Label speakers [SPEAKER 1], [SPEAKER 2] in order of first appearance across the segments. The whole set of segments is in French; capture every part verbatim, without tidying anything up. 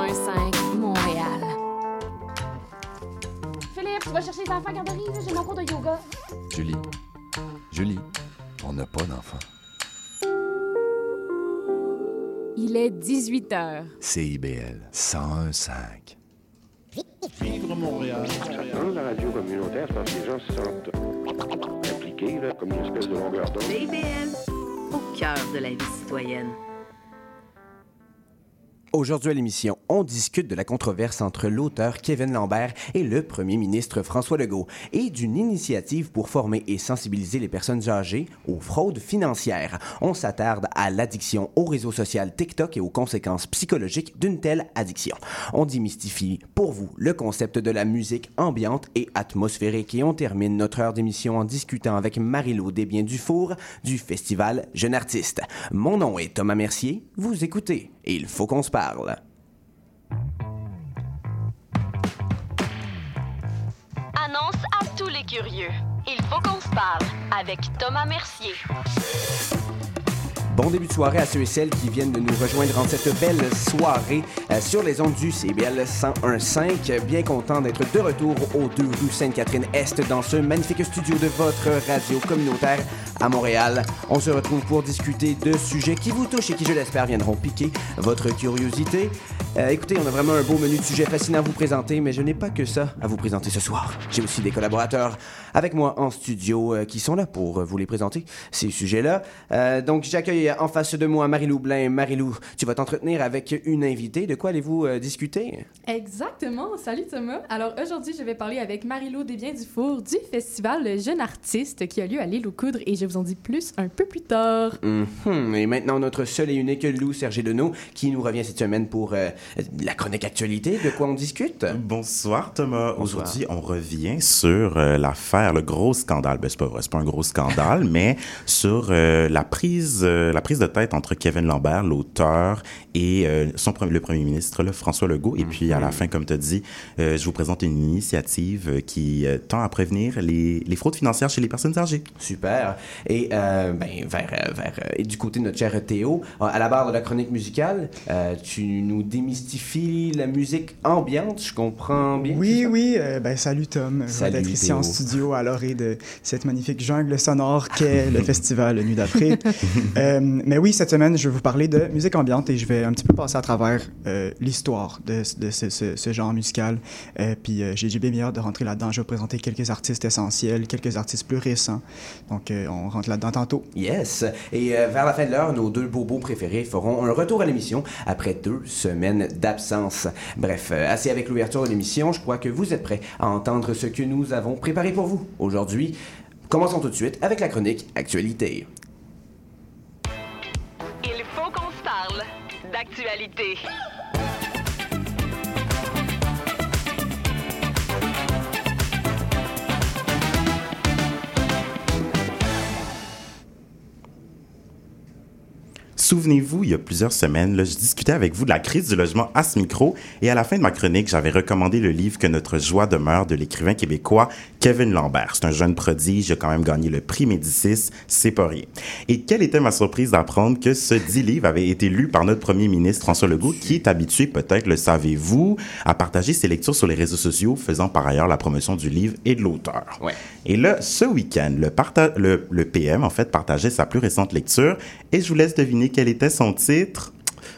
[SPEAKER 1] un cinq, Montréal. Philippe, tu vas chercher les enfants à garderie, là, j'ai mon cours de yoga.
[SPEAKER 2] Julie, Julie, on n'a pas d'enfants.
[SPEAKER 1] Il est dix-huit heures.
[SPEAKER 2] C I B L cent un virgule cinq.
[SPEAKER 3] Vivre Montréal.
[SPEAKER 4] Dans la radio communautaire, c'est parce que les gens se sentent impliqués, là, comme une espèce de longueur d'onde.
[SPEAKER 5] C I B L, au cœur de la vie citoyenne.
[SPEAKER 6] Aujourd'hui à l'émission, on discute de la controverse entre l'auteur Kevin Lambert et le premier ministre François Legault et d'une initiative pour former et sensibiliser les personnes âgées aux fraudes financières. On s'attarde à l'addiction au réseau social TikTok et aux conséquences psychologiques d'une telle addiction. On démystifie pour vous le concept de la musique ambiante et atmosphérique et on termine notre heure d'émission en discutant avec Marie-Lou Desbiens-Dufour du festival Jeune Artiste. Mon nom est Thomas Mercier, vous écoutez et il faut qu'on se parle.
[SPEAKER 7] Annonce à tous les curieux. Il faut qu'on se parle avec Thomas Mercier.
[SPEAKER 6] Bon début de soirée à ceux et celles qui viennent de nous rejoindre en cette belle soirée euh, sur les ondes du C B L cent un virgule cinq. Bien content d'être de retour aux deux rue Sainte-Catherine-Est dans ce magnifique studio de votre radio communautaire à Montréal. On se retrouve pour discuter de sujets qui vous touchent et qui, je l'espère, viendront piquer votre curiosité. Euh, écoutez, on a vraiment un beau menu de sujets fascinants à vous présenter, mais je n'ai pas que ça à vous présenter ce soir. J'ai aussi des collaborateurs avec moi en studio euh, qui sont là pour vous les présenter, ces sujets-là. Euh, donc, j'accueille en face de moi Marie-Lou Blain. Marie-Lou, tu vas t'entretenir avec une invitée. De quoi allez-vous euh, discuter?
[SPEAKER 8] Exactement. Salut Thomas. Alors aujourd'hui, je vais parler avec Marie-Lou Desbiens-Dufour du festival Jeune Artiste qui a lieu à l'Île aux Coudres et je vous en dis plus un peu plus tard.
[SPEAKER 6] Mm-hmm. Et maintenant, notre seul et unique Lou Serge Deneau qui nous revient cette semaine pour euh, la chronique actualité. De quoi on discute?
[SPEAKER 9] Bonsoir Thomas. Bonsoir. Aujourd'hui, on revient sur euh, l'affaire, le gros scandale. Ben, c'est pas vrai, c'est pas un gros scandale, mais sur euh, la prise... Euh, la prise de tête entre Kevin Lambert, l'auteur, et euh, son, le premier ministre, là, François Legault. Et mm-hmm. puis, à la fin, comme tu as dit, euh, je vous présente une initiative qui euh, tend à prévenir les, les fraudes financières chez les personnes âgées.
[SPEAKER 6] Super. Et euh, ben, vers, vers, et du côté de notre cher Théo, à la barre de la chronique musicale, euh, tu nous démystifies la musique ambiante, je comprends bien?
[SPEAKER 10] Oui, oui. Euh, ben, salut Tom. Salut d'être ici Théo. En studio à l'orée de cette magnifique jungle sonore qu'est le festival Nuit d'après. euh, mais oui, cette semaine, je vais vous parler de musique ambiante et je vais un petit peu passer à travers euh, l'histoire de, de ce, ce, ce genre musical. Euh, puis euh, j'ai, j'ai bien hâte de rentrer là-dedans. Je vais vous présenter quelques artistes essentiels, quelques artistes plus récents. Donc, euh, on rentre là-dedans tantôt.
[SPEAKER 6] Yes! Et euh, vers la fin de l'heure, nos deux bobos préférés feront un retour à l'émission après deux semaines d'absence. Bref, euh, assez avec l'ouverture de l'émission. Je crois que vous êtes prêts à entendre ce que nous avons préparé pour vous aujourd'hui. Commençons tout de suite avec la chronique Actualité.
[SPEAKER 7] Il faut qu'on se parle d'actualité.
[SPEAKER 9] Souvenez-vous, il y a plusieurs semaines, là, je discutais avec vous de la crise du logement à ce micro et à la fin de ma chronique, j'avais recommandé le livre Que notre joie demeure de l'écrivain québécois Kevin Lambert. C'est un jeune prodige, il a quand même gagné le prix Médicis, c'est pas rien. Et quelle était ma surprise d'apprendre que ce dit livre avait été lu par notre premier ministre François Legault, qui est habitué, peut-être le savez-vous, à partager ses lectures sur les réseaux sociaux, faisant par ailleurs la promotion du livre et de l'auteur. Ouais. Et là, ce week-end, le, parta- le, le P M, en fait, partageait sa plus récente lecture et je vous laisse deviner quel était son titre.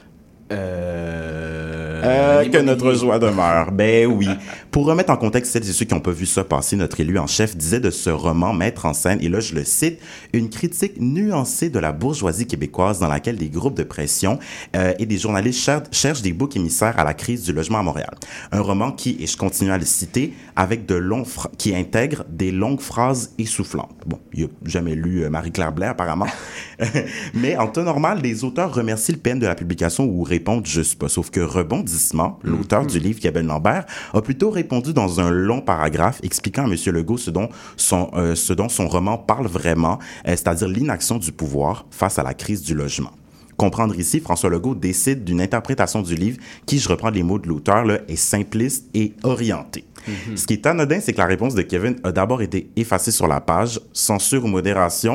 [SPEAKER 6] Euh...
[SPEAKER 9] Euh, que notre joie demeure. Ben oui. Pour remettre en contexte celles et ceux qui n'ont pas vu ça passer, notre élu en chef disait de ce roman mettre en scène, et là je le cite, une critique nuancée de la bourgeoisie québécoise dans laquelle des groupes de pression euh, et des journalistes cher- cherchent des boucs émissaires à la crise du logement à Montréal. Un roman qui, et je continue à le citer, avec de longs fra- qui intègre des longues phrases essoufflantes. Bon, il n'a jamais lu euh, Marie-Claire Blais apparemment. Mais en temps normal, les auteurs remercient le P M de la publication ou répondent juste pas. Sauf que Rebondissement, l'auteur mm-hmm. du livre Kevin Lambert, a plutôt répondu dans un long paragraphe expliquant à M. Legault ce dont son, euh, ce dont son roman parle vraiment, euh, c'est-à-dire l'inaction du pouvoir face à la crise du logement. Comprendre ici, François Legault décide d'une interprétation du livre qui, je reprends les mots de l'auteur, là, est simpliste et orientée. Mm-hmm. Ce qui est anodin, c'est que la réponse de Kevin a d'abord été effacée sur la page, censure ou modération.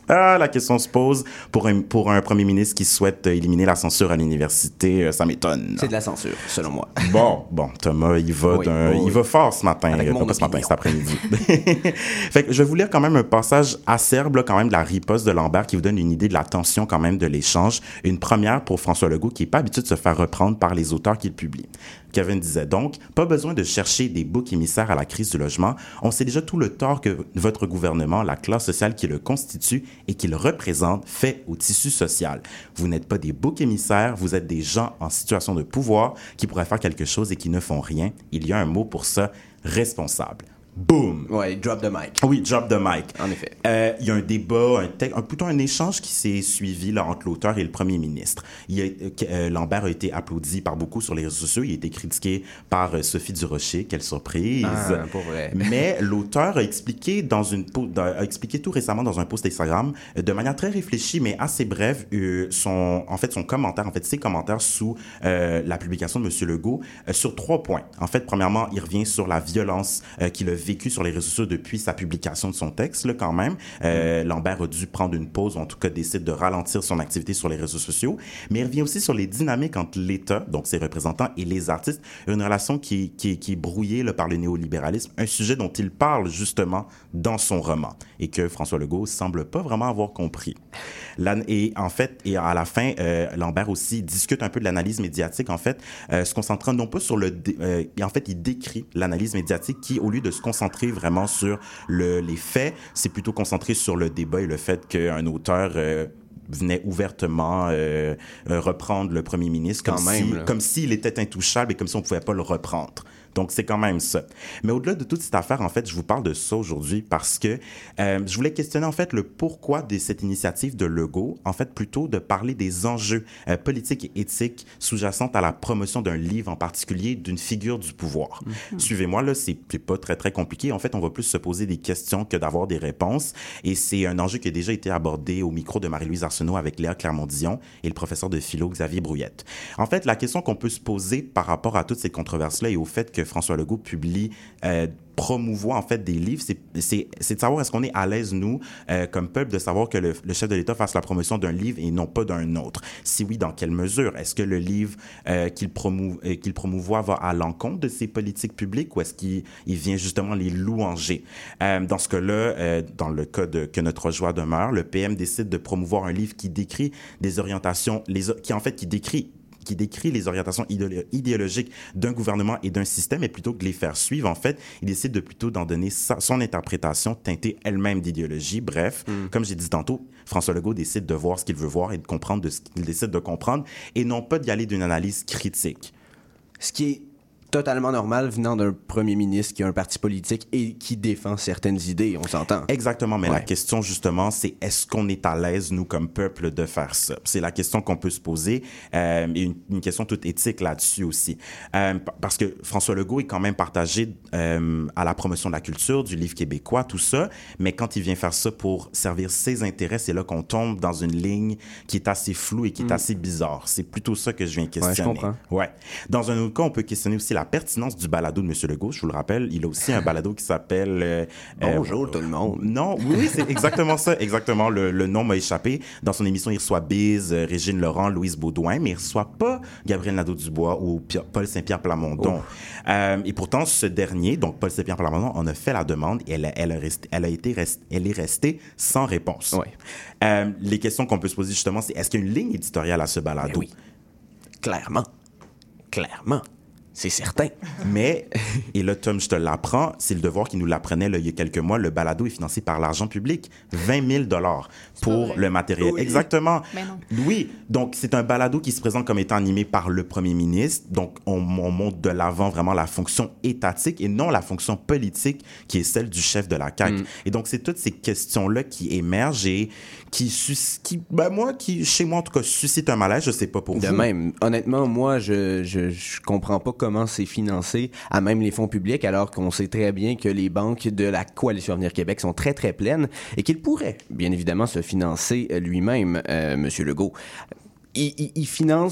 [SPEAKER 9] Ah, la question se pose pour un, pour un premier ministre qui souhaite éliminer la censure à l'université, ça m'étonne.
[SPEAKER 6] C'est de la censure, selon moi.
[SPEAKER 9] Bon, bon, Thomas, il va, oui, d'un, oui. il va fort ce matin,
[SPEAKER 6] Avec mon
[SPEAKER 9] pas ce matin, cet après-midi. Fait que je vais vous lire quand même un passage acerbe, là, quand même, de la riposte de Lambert qui vous donne une idée de la tension quand même de l'échange. Une première pour François Legault qui n'est pas habitué de se faire reprendre par les auteurs qu'il publie. Kevin disait donc, pas besoin de chercher des boucs émissaires à la crise du logement. On sait déjà tout le tort que votre gouvernement, la classe sociale qui le constitue et qui le représente, fait au tissu social. Vous n'êtes pas des boucs émissaires, vous êtes des gens en situation de pouvoir qui pourraient faire quelque chose et qui ne font rien. Il y a un mot pour ça, responsable. Boom!
[SPEAKER 6] Ouais, drop the mic.
[SPEAKER 9] Oui, drop the mic.
[SPEAKER 6] En effet.
[SPEAKER 9] Euh, il y a un débat, un, te- un plutôt un échange qui s'est suivi là, entre l'auteur et le premier ministre. Il a, euh, Lambert a été applaudi par beaucoup sur les réseaux sociaux. Il a été critiqué par euh, Sophie Durocher. Quelle surprise!
[SPEAKER 6] Ah, pour vrai.
[SPEAKER 9] Mais l'auteur a expliqué, dans une, a expliqué tout récemment dans un post Instagram, euh, de manière très réfléchie, mais assez brève, euh, son, en fait, son commentaire, en fait, ses commentaires sous euh, la publication de M. Legault euh, sur trois points. En fait, premièrement, il revient sur la violence euh, qu'il a vécu sur les réseaux sociaux depuis sa publication de son texte, là, quand même. Euh, mm. Lambert a dû prendre une pause, ou en tout cas décide de ralentir son activité sur les réseaux sociaux. Mais il revient aussi sur les dynamiques entre l'État, donc ses représentants, et les artistes. Une relation qui, qui, qui est brouillée là, par le néolibéralisme, un sujet dont il parle justement dans son roman et que François Legault semble pas vraiment avoir compris. Là, et en fait, et à la fin, euh, Lambert aussi discute un peu de l'analyse médiatique, en fait, euh, se concentrant non pas sur le... Dé- euh, et en fait, il décrit l'analyse médiatique qui, au lieu de se concentrer vraiment sur le, les faits, c'est plutôt concentré sur le débat et le fait qu'un auteur euh, venait ouvertement euh, euh, reprendre le premier ministre comme,
[SPEAKER 6] même,
[SPEAKER 9] si,
[SPEAKER 6] là.
[SPEAKER 9] comme s'il était intouchable et comme si on ne pouvait pas le reprendre. Donc, c'est quand même ça. Mais au-delà de toute cette affaire, en fait, je vous parle de ça aujourd'hui parce que euh, je voulais questionner, en fait, le pourquoi de cette initiative de Legault, en fait, plutôt de parler des enjeux euh, politiques et éthiques sous-jacents à la promotion d'un livre en particulier, d'une figure du pouvoir. Mm-hmm. Suivez-moi, là, c'est, c'est pas très, très compliqué. En fait, on va plus se poser des questions que d'avoir des réponses. Et c'est un enjeu qui a déjà été abordé au micro de Marie-Louise Arsenault avec Léa Clermont-Dion et le professeur de philo Xavier Brouillette. En fait, la question qu'on peut se poser par rapport à toutes ces controverses-là et au fait que François Legault publie, euh, promouvoit en fait des livres, c'est, c'est, c'est de savoir est-ce qu'on est à l'aise, nous, euh, comme peuple, de savoir que le, le chef de l'État fasse la promotion d'un livre et non pas d'un autre. Si oui, dans quelle mesure? Est-ce que le livre euh, qu'il, promou- euh, qu'il promouvoit va à l'encontre de ses politiques publiques ou est-ce qu'il il vient justement les louanger? Euh, dans ce cas-là, euh, dans le cas de Que notre joie demeure, le P M décide de promouvoir un livre qui décrit des orientations, les, qui en fait, qui décrit qui décrit les orientations idéolo- idéologiques d'un gouvernement et d'un système, et plutôt que de les faire suivre, en fait, il décide de plutôt d'en donner sa, son interprétation teintée elle-même d'idéologie. Bref, mm. comme j'ai dit tantôt, François Legault décide de voir ce qu'il veut voir et de comprendre de ce qu'il décide de comprendre, et non pas d'y aller d'une analyse critique.
[SPEAKER 6] Ce qui est totalement normal venant d'un premier ministre qui a un parti politique et qui défend certaines idées, on s'entend.
[SPEAKER 9] Exactement, mais
[SPEAKER 6] ouais.
[SPEAKER 9] la question justement, c'est est-ce qu'on est à l'aise, nous, comme peuple, de faire ça? C'est la question qu'on peut se poser, euh, et une, une question toute éthique là-dessus aussi. Euh, parce que François Legault est quand même partagé euh, à la promotion de la culture, du livre québécois, tout ça, mais quand il vient faire ça pour servir ses intérêts, c'est là qu'on tombe dans une ligne qui est assez floue et qui est mm. assez bizarre. C'est plutôt ça que je viens questionner.
[SPEAKER 6] Ouais, je comprends.
[SPEAKER 9] Ouais. Dans un autre cas, on peut questionner aussi la pertinence du balado de M. Legault. Je vous le rappelle, il a aussi un balado qui s'appelle... Euh,
[SPEAKER 6] Bonjour
[SPEAKER 9] euh,
[SPEAKER 6] tout le monde.
[SPEAKER 9] Non, oui, oui, c'est exactement ça. Exactement, le, le nom m'a échappé. Dans son émission, il reçoit Biz, euh, Régine Laurent, Louise Baudouin, mais il ne reçoit pas Gabriel Nadeau-Dubois ou P- Paul Saint-Pierre Plamondon. Oh. Euh, et pourtant, ce dernier, donc Paul Saint-Pierre Plamondon, en a fait la demande et elle, elle, a resté, elle, a été rest, elle est restée sans réponse.
[SPEAKER 6] Ouais.
[SPEAKER 9] Euh, les questions qu'on peut se poser justement, c'est est-ce qu'il y a une ligne éditoriale à ce balado?
[SPEAKER 6] Ben oui. Clairement. Clairement. C'est certain.
[SPEAKER 9] Mais, et là, Tom, je te l'apprends, c'est le Devoir qui nous l'apprenait là, il y a quelques mois, le balado est financé par l'argent public. vingt mille dollars pour
[SPEAKER 8] vrai.
[SPEAKER 9] le matériel.
[SPEAKER 8] Oui.
[SPEAKER 9] Exactement.
[SPEAKER 8] Mais non.
[SPEAKER 9] Oui, donc c'est un balado qui se présente comme étant animé par le premier ministre. Donc, on, on monte de l'avant vraiment la fonction étatique et non la fonction politique qui est celle du chef de la C A Q. Mm. Et donc, c'est toutes ces questions-là qui émergent et qui, sus- qui ben moi, qui, chez moi en tout cas, suscitent un malaise. Je sais pas pour
[SPEAKER 6] de
[SPEAKER 9] vous.
[SPEAKER 6] De même. Honnêtement, moi, je, je, je comprends pas comment c'est financé à même les fonds publics, alors qu'on sait très bien que les banques de la Coalition Avenir Québec sont très, très pleines et qu'il pourrait, bien évidemment, se financer lui-même, euh, M. Legault. Il, il, il finance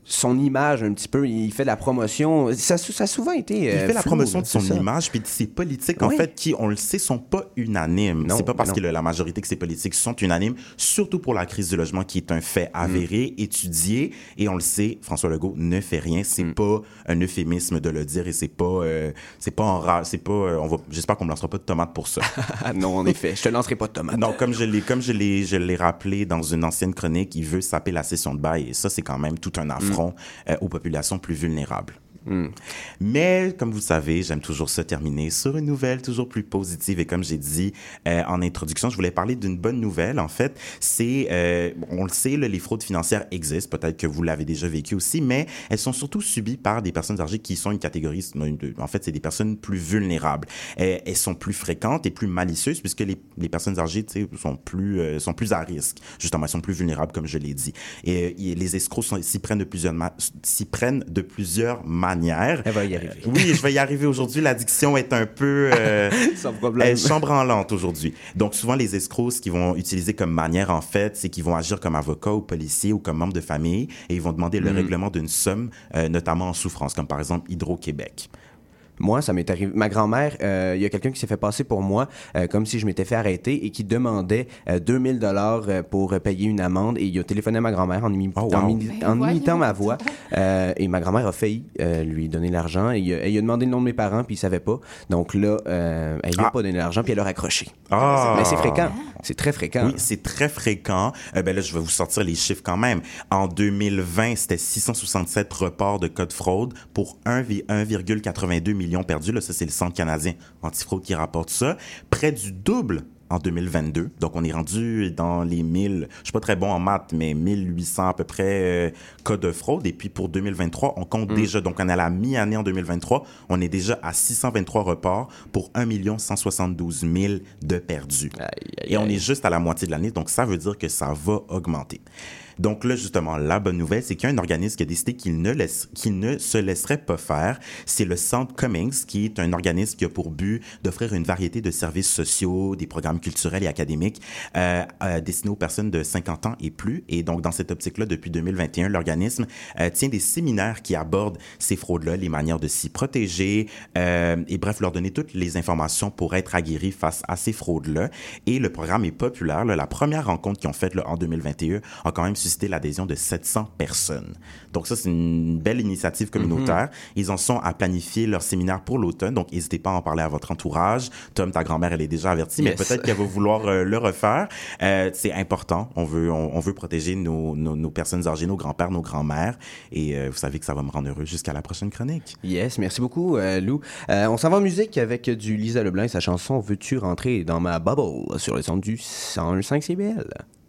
[SPEAKER 6] son image un petit peu. Il fait de la promotion. Ça, ça a souvent été. Euh,
[SPEAKER 9] il fait la
[SPEAKER 6] flou,
[SPEAKER 9] promotion de son
[SPEAKER 6] ça.
[SPEAKER 9] image, puis de ses politiques,
[SPEAKER 6] oui.
[SPEAKER 9] en fait, qui, on le sait, sont pas unanimes.
[SPEAKER 6] Non,
[SPEAKER 9] c'est pas parce
[SPEAKER 6] non.
[SPEAKER 9] que la majorité que ces politiques sont unanimes, surtout pour la crise du logement, qui est un fait avéré, mm. étudié, et on le sait, François Legault ne fait rien. C'est mm. pas un euphémisme de le dire, et c'est pas, euh, c'est pas en rare, c'est pas, euh, on va, j'espère qu'on me lancera pas de tomates pour ça.
[SPEAKER 6] Non, en effet, je te lancerai pas de tomates.
[SPEAKER 9] Non, comme je l'ai, comme je l'ai, je l'ai rappelé dans une ancienne chronique, il veut saper la cession de bail, et ça, c'est quand même tout un affront mm. euh, aux populations plus vulnérables. Mm. Mais, comme vous le savez, j'aime toujours se terminer sur une nouvelle toujours plus positive. Et comme j'ai dit euh, en introduction, je voulais parler d'une bonne nouvelle. En fait, c'est, euh, on le sait, là, les fraudes financières existent. Peut-être que vous l'avez déjà vécu aussi, mais elles sont surtout subies par des personnes âgées qui sont une catégorie, en fait, c'est des personnes plus vulnérables. Elles, elles sont plus fréquentes et plus malicieuses puisque les, les personnes âgées, tu sais, sont plus, euh, sont plus à risque. Justement, elles sont plus vulnérables, comme je l'ai dit. Et, et les escrocs sont, s'y prennent de plusieurs, ma- s'y prennent de plusieurs manières.
[SPEAKER 6] Elle va y arriver.
[SPEAKER 9] Oui, je vais y arriver aujourd'hui. L'addiction est un peu... Euh,
[SPEAKER 6] Sans problème.
[SPEAKER 9] Elle chambranlante aujourd'hui. Donc, souvent, les escrocs, ce qu'ils vont utiliser comme manière, en fait, c'est qu'ils vont agir comme avocats ou policiers ou comme membres de famille et ils vont demander le mm. règlement d'une somme, euh, notamment en souffrance, comme par exemple Hydro-Québec.
[SPEAKER 6] Moi, ça m'est arrivé. Ma grand-mère, il euh, y a quelqu'un qui s'est fait passer pour moi, euh, comme si je m'étais fait arrêter et qui demandait euh, deux mille dollars pour euh, payer une amende. Et il a téléphoné à ma grand-mère en, imi- oh, wow. en, mi- en ben, imitant ma voix. Euh, et ma grand-mère a failli euh, lui donner l'argent. Et il a, elle a demandé le nom de mes parents, puis il savait pas. Donc là, euh, elle lui a ah. pas donné l'argent, puis elle a raccroché.
[SPEAKER 9] Ah.
[SPEAKER 6] Mais c'est fréquent. C'est très fréquent.
[SPEAKER 9] Oui, c'est très fréquent. Euh, ben là, je vais vous sortir les chiffres quand même. En deux mille vingt, c'était six cent soixante-sept reports de cas de fraude pour un virgule quatre-vingt-deux millions perdus. Là, ça, c'est le Centre canadien antifraude qui rapporte ça. Près du double en deux mille vingt-deux. Donc, on est rendu dans les mille, je suis pas très bon en maths, mais mille huit cents à peu près euh, cas de fraude. Et puis, pour deux mille vingt-trois, on compte mmh. déjà, donc on est à la mi-année en deux mille vingt-trois, on est déjà à six cent vingt-trois reports pour un million cent soixante-douze mille de perdus. Aïe, aïe, Et on aïe. est juste à la moitié de l'année, donc ça veut dire que ça va augmenter. Donc là, justement, la bonne nouvelle, c'est qu'il y a un organisme qui a décidé qu'il ne, laisse, qu'il ne se laisserait pas faire. C'est le Centre Cummings, qui est un organisme qui a pour but d'offrir une variété de services sociaux, des programmes culturels et académiques euh, euh, destinés aux personnes de cinquante ans et plus. Et donc, dans cette optique-là, depuis deux mille vingt et un, l'organisme euh, tient des séminaires qui abordent ces fraudes-là, les manières de s'y protéger, euh, et bref, leur donner toutes les informations pour être aguerris face à ces fraudes-là. Et le programme est populaire. Là, la première rencontre qu'ils ont faite là, en deux mille vingt et un a quand même suscité l'adhésion de sept cents personnes. Donc ça, c'est une belle initiative communautaire. Mm-hmm. Ils en sont à planifier leur séminaire pour l'automne, donc n'hésitez pas à en parler à votre entourage. Tom, ta grand-mère, elle est déjà avertie, yes. mais peut-être qu'elle va vouloir euh, le refaire. Euh, c'est important. On veut, on, on veut protéger nos, nos, nos personnes âgées, nos grands-pères, nos grands-mères. Et euh, vous savez que ça va me rendre heureux jusqu'à la prochaine chronique.
[SPEAKER 6] Yes, merci beaucoup, euh, Lou. Euh, on s'en va en musique avec du Lisa Leblanc et sa chanson « Veux-tu rentrer dans ma bubble » sur les ondes du cent un virgule cinq C B L.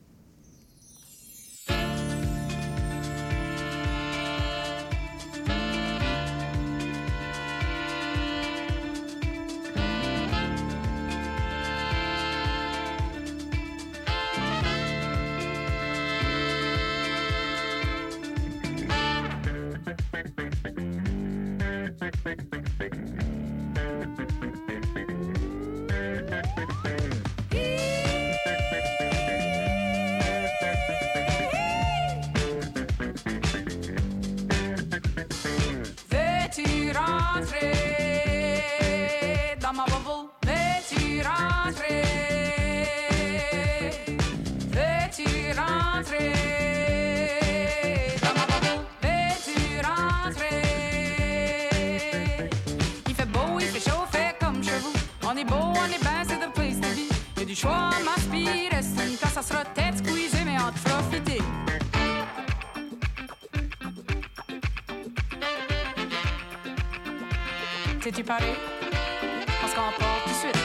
[SPEAKER 11] T'es-tu paré? Parce qu'on part tout de suite.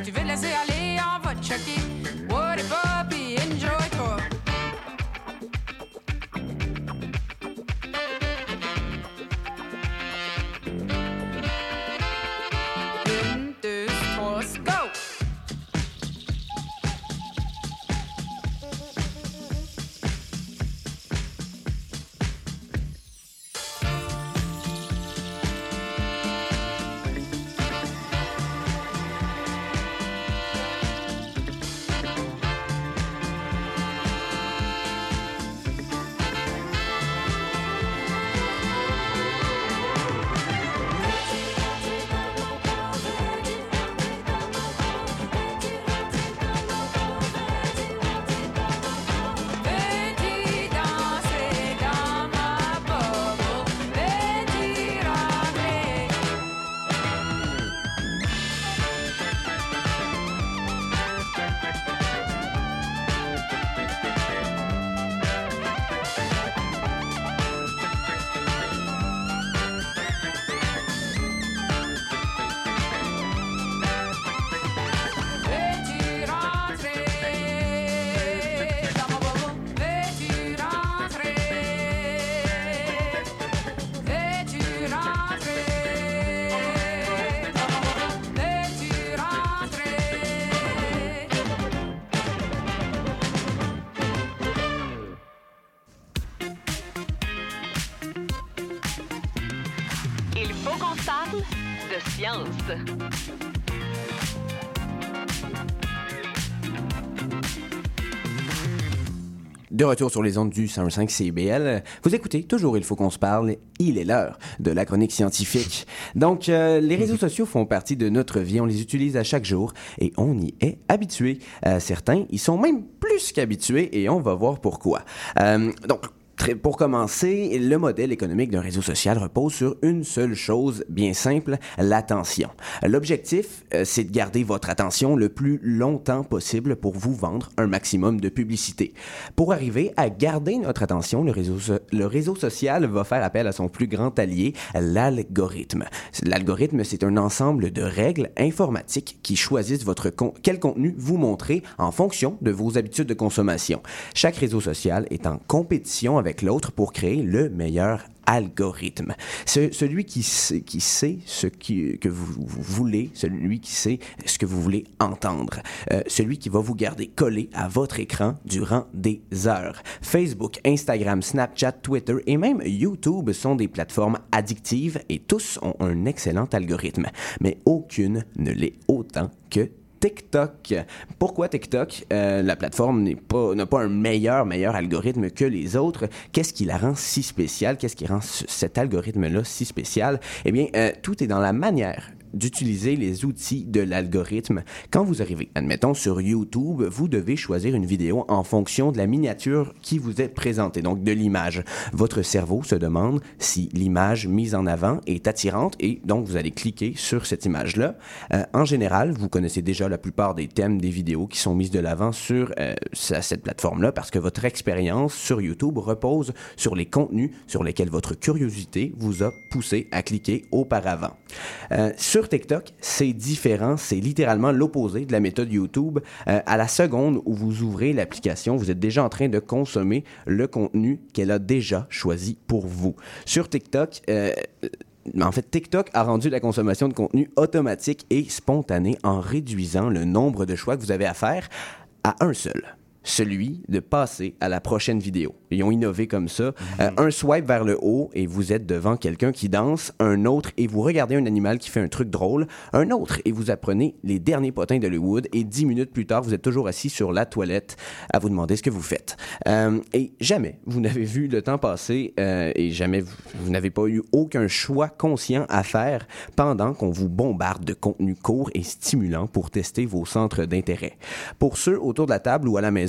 [SPEAKER 11] tu veux te laisser aller, on va te choquer. What it puppy, enjoy-toi. Une, deux, trois, go!
[SPEAKER 6] De retour sur les ondes du cent cinq C B L, vous écoutez toujours Il faut qu'on se parle, il est l'heure de la chronique scientifique. Donc, euh, les réseaux sociaux font partie de notre vie, on les utilise à chaque jour et on y est habitué. Euh, certains, ils sont même plus qu'habitués et on va voir pourquoi. Euh, donc, pour commencer, le modèle économique d'un réseau social repose sur une seule chose bien simple, l'attention. L'objectif, euh, c'est de garder votre attention le plus longtemps possible pour vous vendre un maximum de publicité. Pour arriver à garder notre attention, le réseau, so- le réseau social va faire appel à son plus grand allié, l'algorithme. L'algorithme, c'est un ensemble de règles informatiques qui choisissent votre con- quel contenu vous montrer en fonction de vos habitudes de consommation. Chaque réseau social est en compétition avec l'autre pour créer le meilleur algorithme. Ce, celui qui sait, qui sait ce qui, que vous, vous voulez, celui qui sait ce que vous voulez entendre, euh, celui qui va vous garder collé à votre écran durant des heures. Facebook, Instagram, Snapchat, Twitter et même YouTube sont des plateformes addictives et tous ont un excellent algorithme, mais aucune ne l'est autant que TikTok. Pourquoi TikTok? Euh, la plateforme n'est pas, n'a pas un meilleur, meilleur algorithme que les autres. Qu'est-ce qui la rend si spéciale? Qu'est-ce qui rend c- cet algorithme-là si spécial? Eh bien, euh, tout est dans la manière d'utiliser les outils de l'algorithme. Quand vous arrivez, admettons, sur YouTube, vous devez choisir une vidéo en fonction de la miniature qui vous est présentée, donc de l'image. Votre cerveau se demande si l'image mise en avant est attirante et donc vous allez cliquer sur cette image-là. Euh, en général, vous connaissez déjà la plupart des thèmes des vidéos qui sont mises de l'avant sur euh, cette plateforme-là parce que votre expérience sur YouTube repose sur les contenus sur lesquels votre curiosité vous a poussé à cliquer auparavant. Euh, sur TikTok, c'est différent, c'est littéralement l'opposé de la méthode YouTube. Euh, à la seconde où vous ouvrez l'application, vous êtes déjà en train de consommer le contenu qu'elle a déjà choisi pour vous. Sur TikTok, euh, en fait, TikTok a rendu la consommation de contenu automatique et spontanée en réduisant le nombre de choix que vous avez à faire à un seul. Celui de passer à la prochaine vidéo. Ils ont innové comme ça. Mm-hmm. Euh, un swipe vers le haut et vous êtes devant quelqu'un qui danse, un autre et vous regardez un animal qui fait un truc drôle, un autre et vous apprenez les derniers potins d'Hollywood et dix minutes plus tard, vous êtes toujours assis sur la toilette à vous demander ce que vous faites. Euh, et jamais vous n'avez vu le temps passer euh, et jamais vous, vous n'avez pas eu aucun choix conscient à faire pendant qu'on vous bombarde de contenu court et stimulant pour tester vos centres d'intérêt. Pour ceux autour de la table ou à la maison,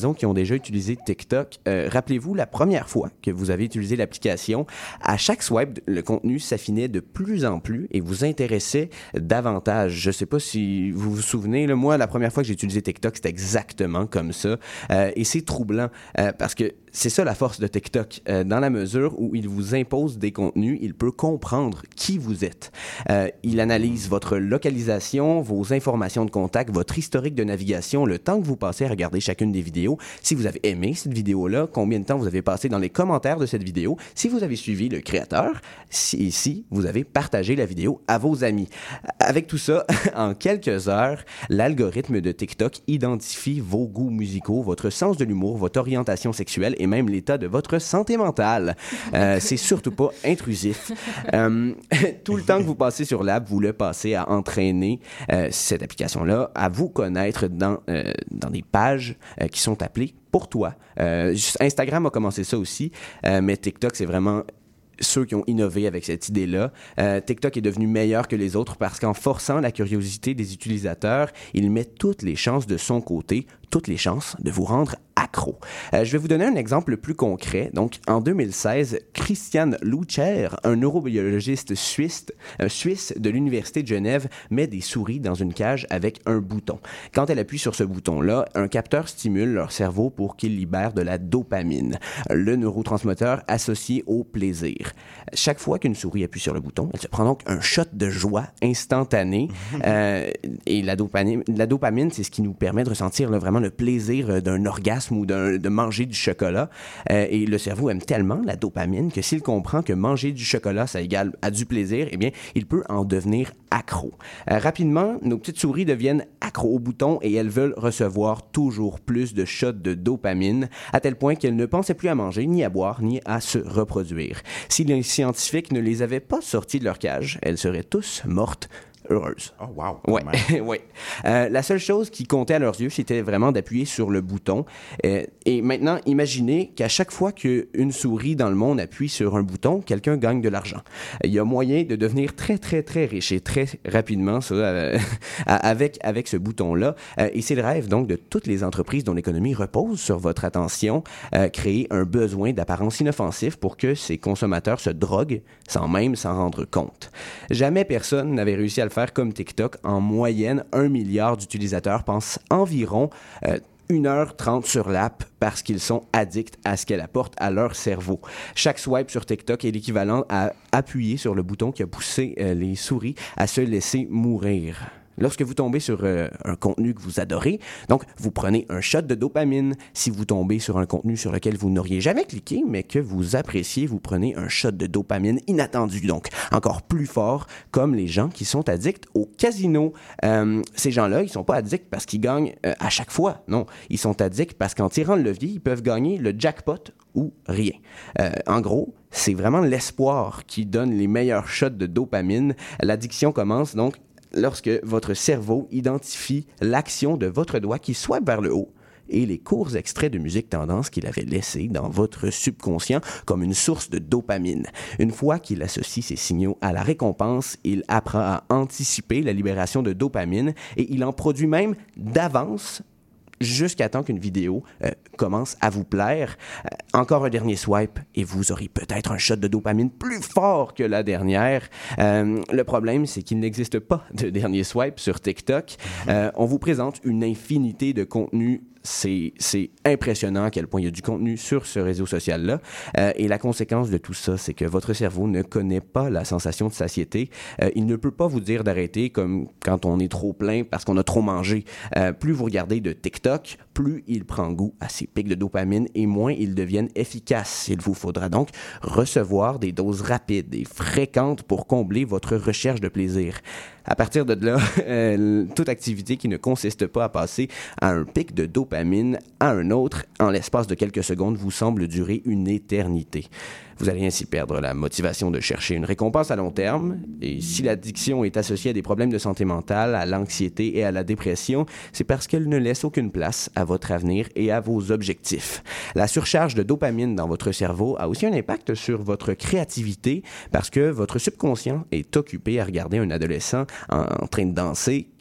[SPEAKER 6] maison qui ont déjà utilisé TikTok, euh, rappelez-vous la première fois que vous avez utilisé l'application, à chaque swipe, le contenu s'affinait de plus en plus et vous intéressait davantage. Je ne sais pas si vous vous souvenez, là, moi, la première fois que j'ai utilisé TikTok, c'était exactement comme ça. Euh, et c'est troublant euh, parce que c'est ça la force de TikTok. Euh, dans la mesure où il vous impose des contenus, il peut comprendre qui vous êtes. Euh, il analyse votre localisation, vos informations de contact, votre historique de navigation, le temps que vous passez à regarder chacune des vidéos. Si vous avez aimé cette vidéo-là, combien de temps vous avez passé dans les commentaires de cette vidéo, si vous avez suivi le créateur, si, si vous avez partagé la vidéo à vos amis. Avec tout ça, en quelques heures, l'algorithme de TikTok identifie vos goûts musicaux, votre sens de l'humour, votre orientation sexuelle et même l'état de votre santé mentale. Euh, c'est surtout pas intrusif. Euh, tout le temps que vous passez sur l'app, vous le passez à entraîner euh, cette application-là, à vous connaître dans, euh, dans des pages euh, qui sont appelées pour toi. Euh, Instagram a commencé ça aussi, euh, mais TikTok, c'est vraiment ceux qui ont innové avec cette idée-là. Euh, TikTok est devenu meilleur que les autres parce qu'en forçant la curiosité des utilisateurs, il met toutes les chances de son côté, toutes les chances de vous rendre accro. Euh, je vais vous donner un exemple le plus concret. Donc, en deux mille seize, Christian Lucher, un neurobiologiste suisse, euh, suisse de l'Université de Genève, met des souris dans une cage avec un bouton. Quand elle appuie sur ce bouton-là, un capteur stimule leur cerveau pour qu'ils libèrent de la dopamine, le neurotransmetteur associé au plaisir. Chaque fois qu'une souris appuie sur le bouton, elle se prend donc un shot de joie instantané. euh, et la dopamine, la dopamine, c'est ce qui nous permet de ressentir là, vraiment le plaisir d'un orgasme ou d'un, de manger du chocolat. Euh, et le cerveau aime tellement la dopamine que s'il comprend que manger du chocolat, ça égale à du plaisir, eh bien, il peut en devenir accro. Euh, rapidement, nos petites souris deviennent accros au bouton et elles veulent recevoir toujours plus de shots de dopamine, à tel point qu'elles ne pensaient plus à manger, ni à boire, ni à se reproduire. Si les scientifiques ne les avaient pas sorties de leur cage, elles seraient tous mortes heureuses.
[SPEAKER 9] Oh, wow!
[SPEAKER 6] Ouais, ouais. Euh, la seule chose qui comptait à leurs yeux, c'était vraiment d'appuyer sur le bouton. Euh, et maintenant, imaginez qu'à chaque fois qu'une souris dans le monde appuie sur un bouton, quelqu'un gagne de l'argent. Il y a moyen de devenir très, très, très riche et très rapidement ça, euh, avec, avec ce bouton-là. Euh, et c'est le rêve, donc, de toutes les entreprises dont l'économie repose sur votre attention, euh, créer un besoin d'apparence inoffensive pour que ces consommateurs se droguent sans même s'en rendre compte. Jamais personne n'avait réussi à le faire comme TikTok. En moyenne, un milliard d'utilisateurs passent environ euh, une heure trente sur l'app parce qu'ils sont addicts à ce qu'elle apporte à leur cerveau. Chaque swipe sur TikTok est l'équivalent à appuyer sur le bouton qui a poussé euh, les souris à se laisser mourir. Lorsque vous tombez sur euh, un contenu que vous adorez, donc vous prenez un shot de dopamine. Si vous tombez sur un contenu sur lequel vous n'auriez jamais cliqué, mais que vous appréciez, vous prenez un shot de dopamine inattendu, donc encore plus fort, comme les gens qui sont addicts au casino. Euh, ces gens-là, ils sont pas addicts parce qu'ils gagnent euh, à chaque fois. Non, ils sont addicts parce qu'en tirant le levier, ils peuvent gagner le jackpot ou rien. Euh, en gros, c'est vraiment l'espoir qui donne les meilleurs shots de dopamine. L'addiction commence donc lorsque votre cerveau identifie l'action de votre doigt qui swipe vers le haut et les courts extraits de musique tendance qu'il avait laissés dans votre subconscient comme une source de dopamine. Une fois qu'il associe ces signaux à la récompense, il apprend à anticiper la libération de dopamine et il en produit même d'avance jusqu'à temps qu'une vidéo euh, commence à vous plaire. Euh, encore un dernier swipe et vous aurez peut-être un shot de dopamine plus fort que la dernière. Euh, le problème, c'est qu'il n'existe pas de dernier swipe sur TikTok. Euh, on vous présente une infinité de contenus. C'est, c'est impressionnant à quel point il y a du contenu sur ce réseau social-là. Euh, et la conséquence de tout ça, c'est que votre cerveau ne connaît pas la sensation de satiété. Euh, il ne peut pas vous dire d'arrêter comme quand on est trop plein parce qu'on a trop mangé. Euh, plus vous regardez de TikTok, plus il prend goût à ces pics de dopamine et moins ils deviennent efficaces. Il vous faudra donc recevoir des doses rapides et fréquentes pour combler votre recherche de plaisir. À partir de là, euh, toute activité qui ne consiste pas à passer à un pic de dopamine à un autre en l'espace de quelques secondes vous semble durer une éternité. Vous allez ainsi perdre la motivation de chercher une récompense à long terme. Et si l'addiction est associée à des problèmes de santé mentale, à l'anxiété et à la dépression, c'est parce qu'elle ne laisse aucune place à votre avenir et à vos objectifs. La surcharge de dopamine dans votre cerveau a aussi un impact sur votre créativité parce que votre subconscient est occupé à regarder un adolescent en, en train de danser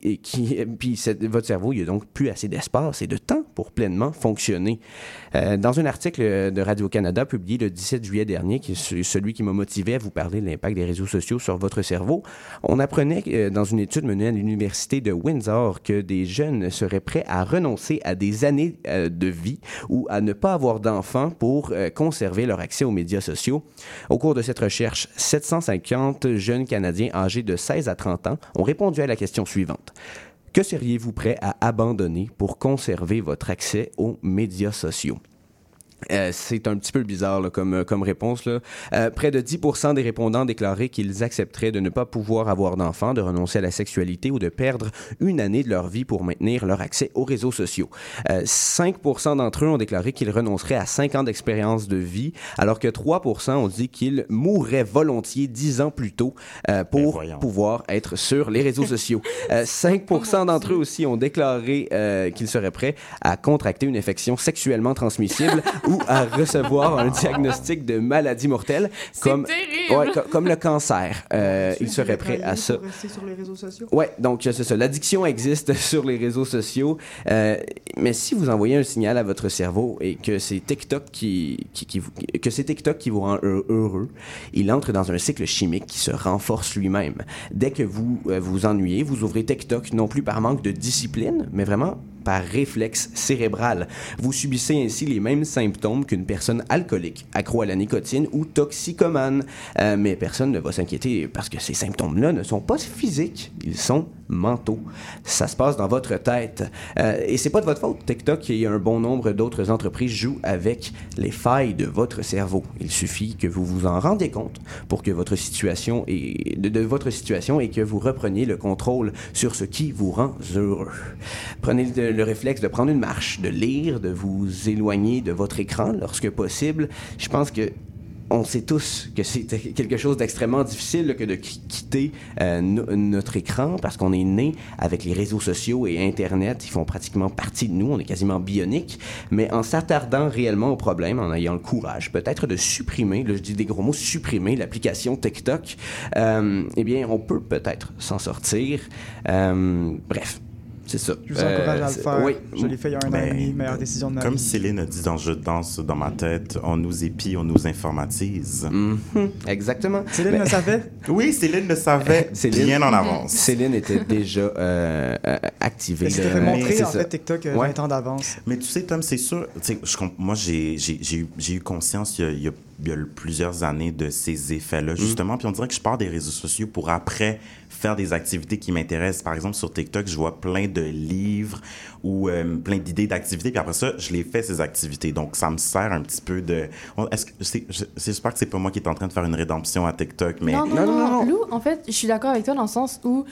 [SPEAKER 6] et qui, puis cette, votre cerveau, il n'y a donc plus assez d'espace et de temps pour pleinement fonctionner. Euh, dans un article de Radio-Canada publié le dix-sept juillet dernier, qui est celui qui m'a motivé à vous parler de l'impact des réseaux sociaux sur votre cerveau, on apprenait euh, dans une étude menée à l'université de Windsor que des jeunes seraient prêts à renoncer à des années euh, de vie ou à ne pas avoir d'enfants pour euh, conserver leur accès aux médias sociaux. Au cours de cette recherche, sept cent cinquante jeunes Canadiens âgés de seize à trente ans ont répondu à la question suivante. Que seriez-vous prêt à abandonner pour conserver votre accès aux médias sociaux? Euh, c'est un petit peu bizarre là, comme, comme réponse. Là. Euh, près de dix pour cent des répondants déclaraient qu'ils accepteraient de ne pas pouvoir avoir d'enfants, de renoncer à la sexualité ou de perdre une année de leur vie pour maintenir leur accès aux réseaux sociaux. Euh, cinq pour cent d'entre eux ont déclaré qu'ils renonceraient à cinq ans d'expérience de vie, alors que trois pour cent ont dit qu'ils mourraient volontiers dix ans plus tôt euh, pour pouvoir être sur les réseaux sociaux. Euh, cinq pour cent d'entre eux aussi ont déclaré euh, qu'ils seraient prêts à contracter une infection sexuellement transmissible ou à recevoir un diagnostic de maladie mortelle comme, ouais, co- comme le cancer. Euh, ils seraient prêts à ça.
[SPEAKER 10] Pour rester sur les réseaux sociaux?
[SPEAKER 6] Oui, donc c'est ça. L'addiction existe sur les réseaux sociaux. Euh, mais si vous envoyez un signal à votre cerveau et que c'est TikTok qui, qui, qui vous, que c'est TikTok qui vous rend heureux, il entre dans un cycle chimique qui se renforce lui-même. Dès que vous euh, vous ennuyez, vous ouvrez TikTok non plus par manque de discipline, mais vraiment par réflexe cérébral. Vous subissez ainsi les mêmes symptômes qu'une personne alcoolique, accro à la nicotine ou toxicomane. Euh, mais personne ne va s'inquiéter parce que ces symptômes-là ne sont pas physiques, ils sont mentaux. Ça se passe dans votre tête. Euh, et c'est pas de votre faute. TikTok et un bon nombre d'autres entreprises jouent avec les failles de votre cerveau. Il suffit que vous vous en rendiez compte pour que votre situation est, de, de votre situation et que vous repreniez le contrôle sur ce qui vous rend heureux. Prenez le, le réflexe de prendre une marche, de lire, de vous éloigner de votre écran lorsque possible. Je pense que on sait tous que c'est quelque chose d'extrêmement difficile là, que de quitter euh, no- notre écran parce qu'on est né avec les réseaux sociaux et Internet. Ils font pratiquement partie de nous. On est quasiment bionique. Mais en s'attardant réellement au problème, en ayant le courage peut-être de supprimer, là je dis des gros mots, supprimer l'application TikTok, euh, eh bien, on peut peut-être s'en sortir. Euh, bref. C'est ça.
[SPEAKER 10] Je vous encourage euh, à le faire. Oui. Je l'ai fait il y a un
[SPEAKER 9] ben,
[SPEAKER 10] an et demi, meilleure décision de ma
[SPEAKER 9] comme
[SPEAKER 10] vie.
[SPEAKER 9] Comme Céline a dit dans Je danse dans ma tête, on nous épie, on nous informatise.
[SPEAKER 6] Mm-hmm. Exactement.
[SPEAKER 10] Céline
[SPEAKER 6] mais...
[SPEAKER 10] le savait?
[SPEAKER 9] Oui, Céline le savait Céline... bien en avance.
[SPEAKER 6] Céline était déjà euh, euh, activée.
[SPEAKER 10] Elle s'était fait montrer en fait TikTok euh, ouais. vingt ans d'avance.
[SPEAKER 9] Mais tu sais, Tom, c'est sûr, je, moi j'ai, j'ai, j'ai, eu, j'ai eu conscience il y a, il y a il y a plusieurs années de ces effets-là, justement. Mm. Puis on dirait que je pars des réseaux sociaux pour après faire des activités qui m'intéressent. Par exemple, sur TikTok, je vois plein de livres ou euh, plein d'idées d'activités. Puis après ça, je les fais, ces activités. Donc, ça me sert un petit peu de... Est-ce que c'est, j'espère que c'est pas moi qui est en train de faire une rédemption à TikTok, mais...
[SPEAKER 8] Non, non, non. non, non, non. Lou, en fait, je suis d'accord avec toi dans le sens où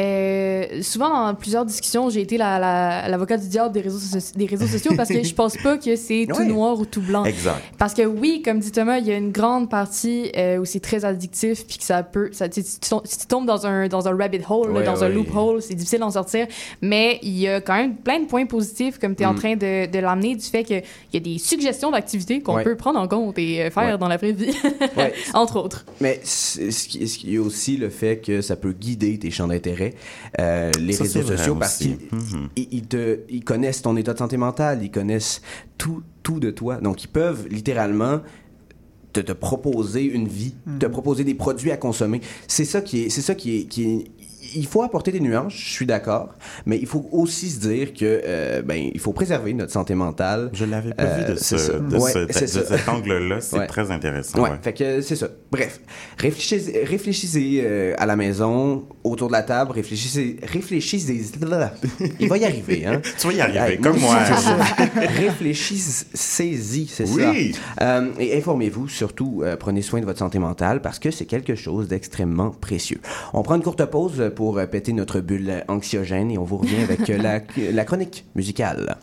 [SPEAKER 8] euh, souvent, dans plusieurs discussions, j'ai été la, la, l'avocat du diable des réseaux, so- des réseaux sociaux parce que je pense pas que c'est tout ouais. noir ou tout blanc.
[SPEAKER 9] Exact.
[SPEAKER 8] Parce que oui, comme dit Thomas, il y a une grande partie euh, où c'est très addictif puis que ça peut... Ça, si, tu, si tu tombes dans un, dans un rabbit hole, ouais, là, dans ouais. un loophole, c'est difficile d'en sortir. Mais il y a quand même plein de points positifs, comme tu es mm. en train de, de l'amener, du fait qu'il y a des suggestions d'activités qu'on ouais. peut prendre en compte et faire ouais. dans la vraie vie, ouais. entre autres.
[SPEAKER 6] Mais il y a aussi le fait que ça peut guider tes champs d'intérêt, euh, les ça, réseaux sociaux, parce qu'ils mm-hmm. ils, ils te, ils connaissent ton état de santé mentale, ils connaissent tout, tout de toi. Donc, ils peuvent littéralement... de te proposer une vie, mmh. te proposer des produits à consommer. C'est ça qui est, c'est ça qui est, qui est... Il faut apporter des nuances, je suis d'accord, mais il faut aussi se dire que euh, ben il faut préserver notre santé mentale.
[SPEAKER 9] Je l'avais pas euh, vu de, ce, de, ouais, ce, de cet angle-là, c'est ouais. très intéressant.
[SPEAKER 6] Ouais.
[SPEAKER 9] ouais,
[SPEAKER 6] fait que c'est ça. Bref, réfléchissez, réfléchissez euh, à la maison, autour de la table, réfléchissez, réfléchissez. Il va y arriver, hein.
[SPEAKER 9] Tu vas y arriver, hey, comme moi.
[SPEAKER 6] Réfléchissez-y, c'est
[SPEAKER 9] oui.
[SPEAKER 6] ça. Euh, et informez-vous, surtout, euh, prenez soin de votre santé mentale parce que c'est quelque chose d'extrêmement précieux. On prend une courte pause pour péter notre bulle anxiogène et on vous revient avec la, la chronique musicale.